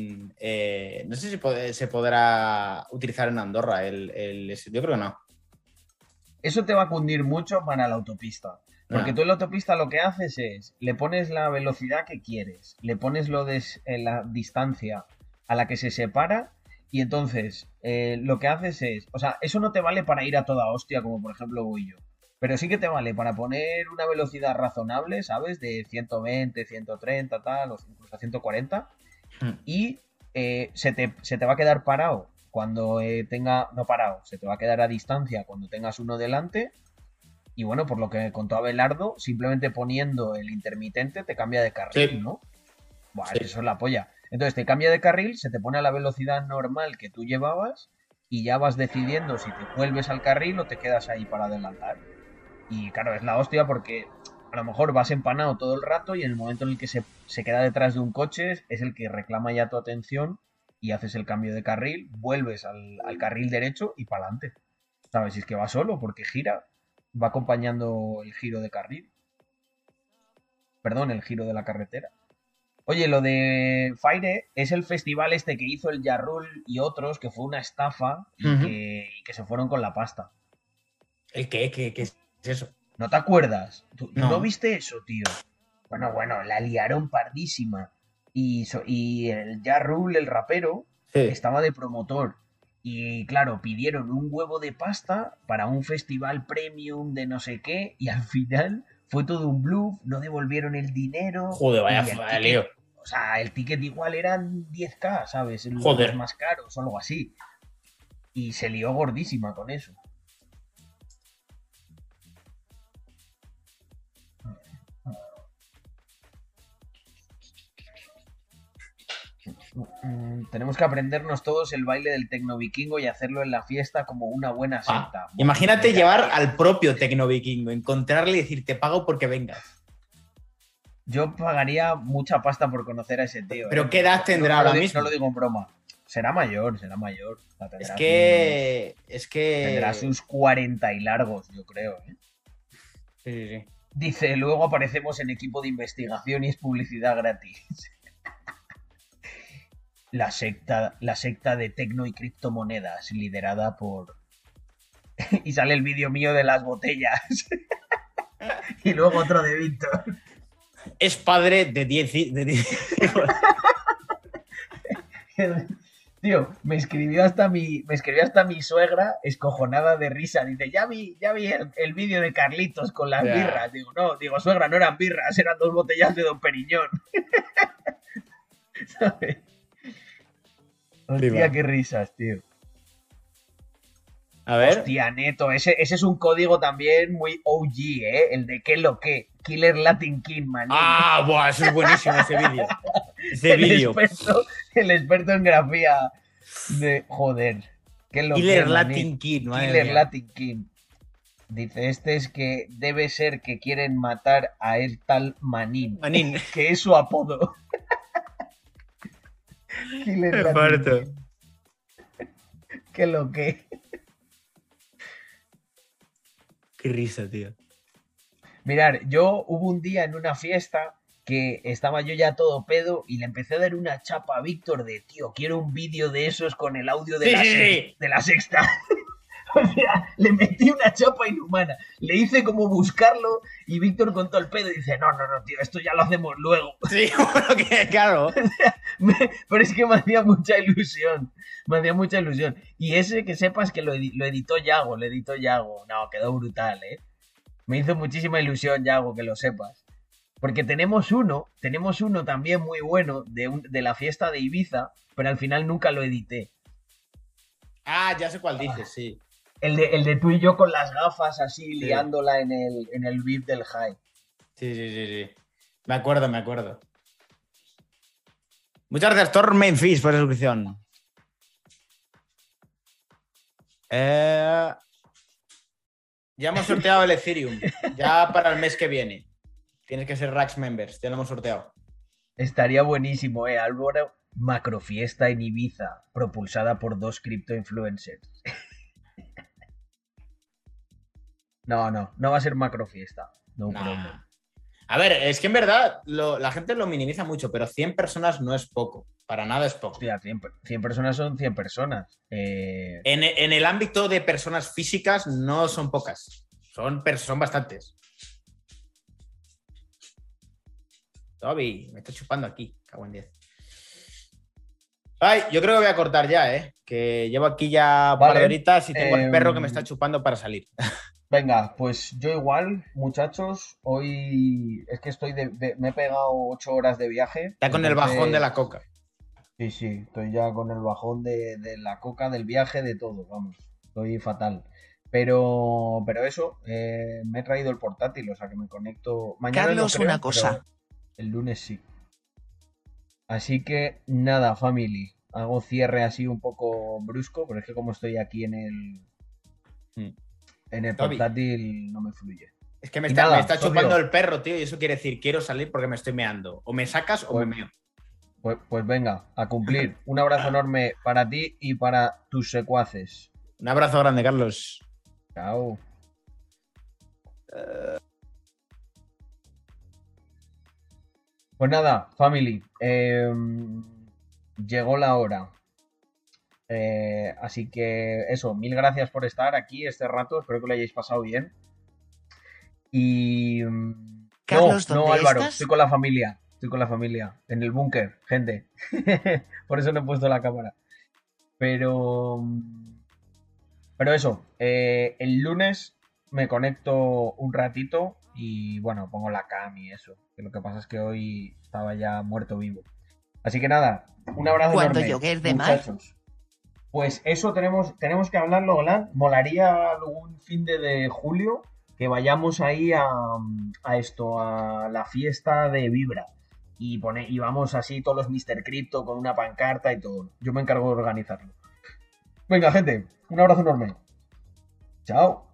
no sé si se podrá utilizar en Andorra. Yo creo que no. Eso te va a cundir mucho para la autopista. Porque tú en la autopista lo que haces es, le pones la velocidad que quieres, le pones la distancia a la que se separa y entonces lo que haces es, o sea, eso no te vale para ir a toda hostia como por ejemplo voy yo, pero sí que te vale para poner una velocidad razonable, ¿sabes? De 120, 130, tal, o incluso 140 y se te va a quedar parado cuando no parado, se te va a quedar a distancia cuando tengas uno delante. Y bueno, por lo que contó Abelardo, simplemente poniendo el intermitente te cambia de carril, Sí. ¿no? Buah, Sí. eso es la polla. Entonces te cambia de carril, se te pone a la velocidad normal que tú llevabas y ya vas decidiendo si te vuelves al carril o te quedas ahí para adelantar. Y claro, es la hostia porque a lo mejor vas empanado todo el rato y en el momento en el que se queda detrás de un coche es el que reclama ya tu atención y haces el cambio de carril, vuelves al carril derecho y para adelante. ¿Sabes? Si es que va solo porque gira, va acompañando el giro de carril. Perdón, el giro de la carretera. Oye, lo de Fire es el festival este que hizo el Yarrul y otros, que fue una estafa y que se fueron con la pasta. ¿El qué? ¿Qué es eso? ¿No te acuerdas? ¿Tú No. no viste eso, tío? Bueno, la liaron pardísima. Y el Yarrul, el rapero, Sí. estaba de promotor. Y claro, pidieron un huevo de pasta para un festival premium de no sé qué. Y al final fue todo un bluff. No devolvieron el dinero. Joder, y el vaya ticket- lío. O sea, el ticket igual eran 10K, ¿sabes? Joder. Los más caros o algo así. Y se lió gordísima con eso. Tenemos que aprendernos todos el baile del tecno vikingo y hacerlo en la fiesta como una buena secta. Imagínate llevar al propio tecno vikingo, encontrarle y decir, te pago porque vengas. Yo pagaría mucha pasta por conocer a ese tío. ¿Pero qué edad tendrá ahora mismo? No lo digo en broma. Será mayor. La Es tendrá que... Tendrá sus 40 y largos, yo creo. Sí. Dice, luego aparecemos en equipo de investigación y es publicidad gratis. La secta de tecno y criptomonedas, liderada por... y sale el vídeo mío de las botellas. Y luego otro de Víctor. Es padre de 10 Tío, me escribió hasta mi suegra escojonada de risa. Dice, ya vi el vídeo de Carlitos con las birras. Digo, suegra, no eran birras, eran 2 botellas de Don Periñón. ¿Sabes? Hostia, Flipa. qué risas, tío. A ver. Hostia, Neto, ese es un código también muy OG, ¿eh? El de qué lo que. Killer Latin King, man. Ah, buah, eso es buenísimo ese vídeo. Ese vídeo. El experto en grafía de. Joder. Qué lo Killer que, Latin maní. Kid, madre Killer mía. Latin King. Dice, este es que debe ser que quieren matar a el tal Manín, Manín. que es su apodo. Killer Me Latin parto. King. Qué lo que. Qué risa, tío. Mirar, yo hubo un día en una fiesta que estaba yo ya todo pedo y le empecé a dar una chapa a Víctor de, tío, quiero un vídeo de esos con el audio de, Sí, la, sí, sex- sí. de la sexta. O sea, le metí una chapa inhumana. Le hice como buscarlo y Víctor con todo el pedo y dice, no, tío, esto ya lo hacemos luego. Sí, bueno, que claro. Pero es que me hacía mucha ilusión. Me hacía mucha ilusión. Y ese que sepas que lo editó Yago, lo editó Yago. No, quedó brutal, ¿eh? Me hizo muchísima ilusión, Yago, que lo sepas. Porque tenemos uno también muy bueno de la fiesta de Ibiza, pero al final nunca lo edité. Ah, ya sé cuál dices, sí. El de tú y yo con las gafas así, liándola en el beat del high. Sí. Me acuerdo. Muchas gracias, Thor Memphis, por la suscripción. Ya hemos sorteado el Ethereum. Ya para el mes que viene. Tienes que ser Rax Members. Ya lo hemos sorteado. Estaría buenísimo, Álvaro. Macrofiesta en Ibiza, propulsada por 2 cripto influencers. No va a ser macrofiesta. No Nah. problem. A ver, es que en verdad la gente lo minimiza mucho, pero 100 personas no es poco. Para nada es poco. Hostia, 100 personas son 100 personas. En el ámbito de personas físicas no son pocas. Son bastantes. Toby, me está chupando aquí. Cago en 10. Ay, yo creo que voy a cortar ya, ¿eh? Que llevo aquí ya un par de horitas y tengo el perro que me está chupando para salir. Venga, pues yo igual, muchachos. Hoy es que me he pegado 8 horas de viaje. Está con el bajón de la coca. Sí, estoy ya con el bajón de la coca, del viaje, de todo, vamos. Estoy fatal. Pero eso, me he traído el portátil, o sea que me conecto. Mañana Carlos, no creo, una cosa. pero el lunes sí. Así que nada, family. Hago cierre así un poco brusco, pero es que como estoy aquí en el Toby. portátil no me fluye. Es que me Y está, nada, me está chupando Tobio. el perro, tío, y eso quiere decir quiero salir porque me estoy meando. O me sacas o me meo. Pues venga, a cumplir. Un abrazo enorme para ti y para tus secuaces. Un abrazo grande, Carlos. Chao. Pues nada, family. Llegó la hora. Así que eso, mil gracias por estar aquí este rato. Espero que lo hayáis pasado bien. Y. Carlos, no, ¿dónde Álvaro, estás? estoy con la familia. Estoy con la familia. En el búnker, gente. Por eso no he puesto la cámara. Pero eso, el lunes me conecto un ratito y bueno, pongo la cam y eso. Que lo que pasa es que hoy estaba ya muerto vivo. Así que nada, un abrazo ¿Cuándo enorme, llover de mar? muchachos. Pues eso tenemos que hablarlo, Golan. Molaría un fin de julio que vayamos ahí a la fiesta de Vibra. Y vamos así todos los Mr. Crypto con una pancarta y todo. Yo me encargo de organizarlo. Venga, gente, un abrazo enorme. Chao.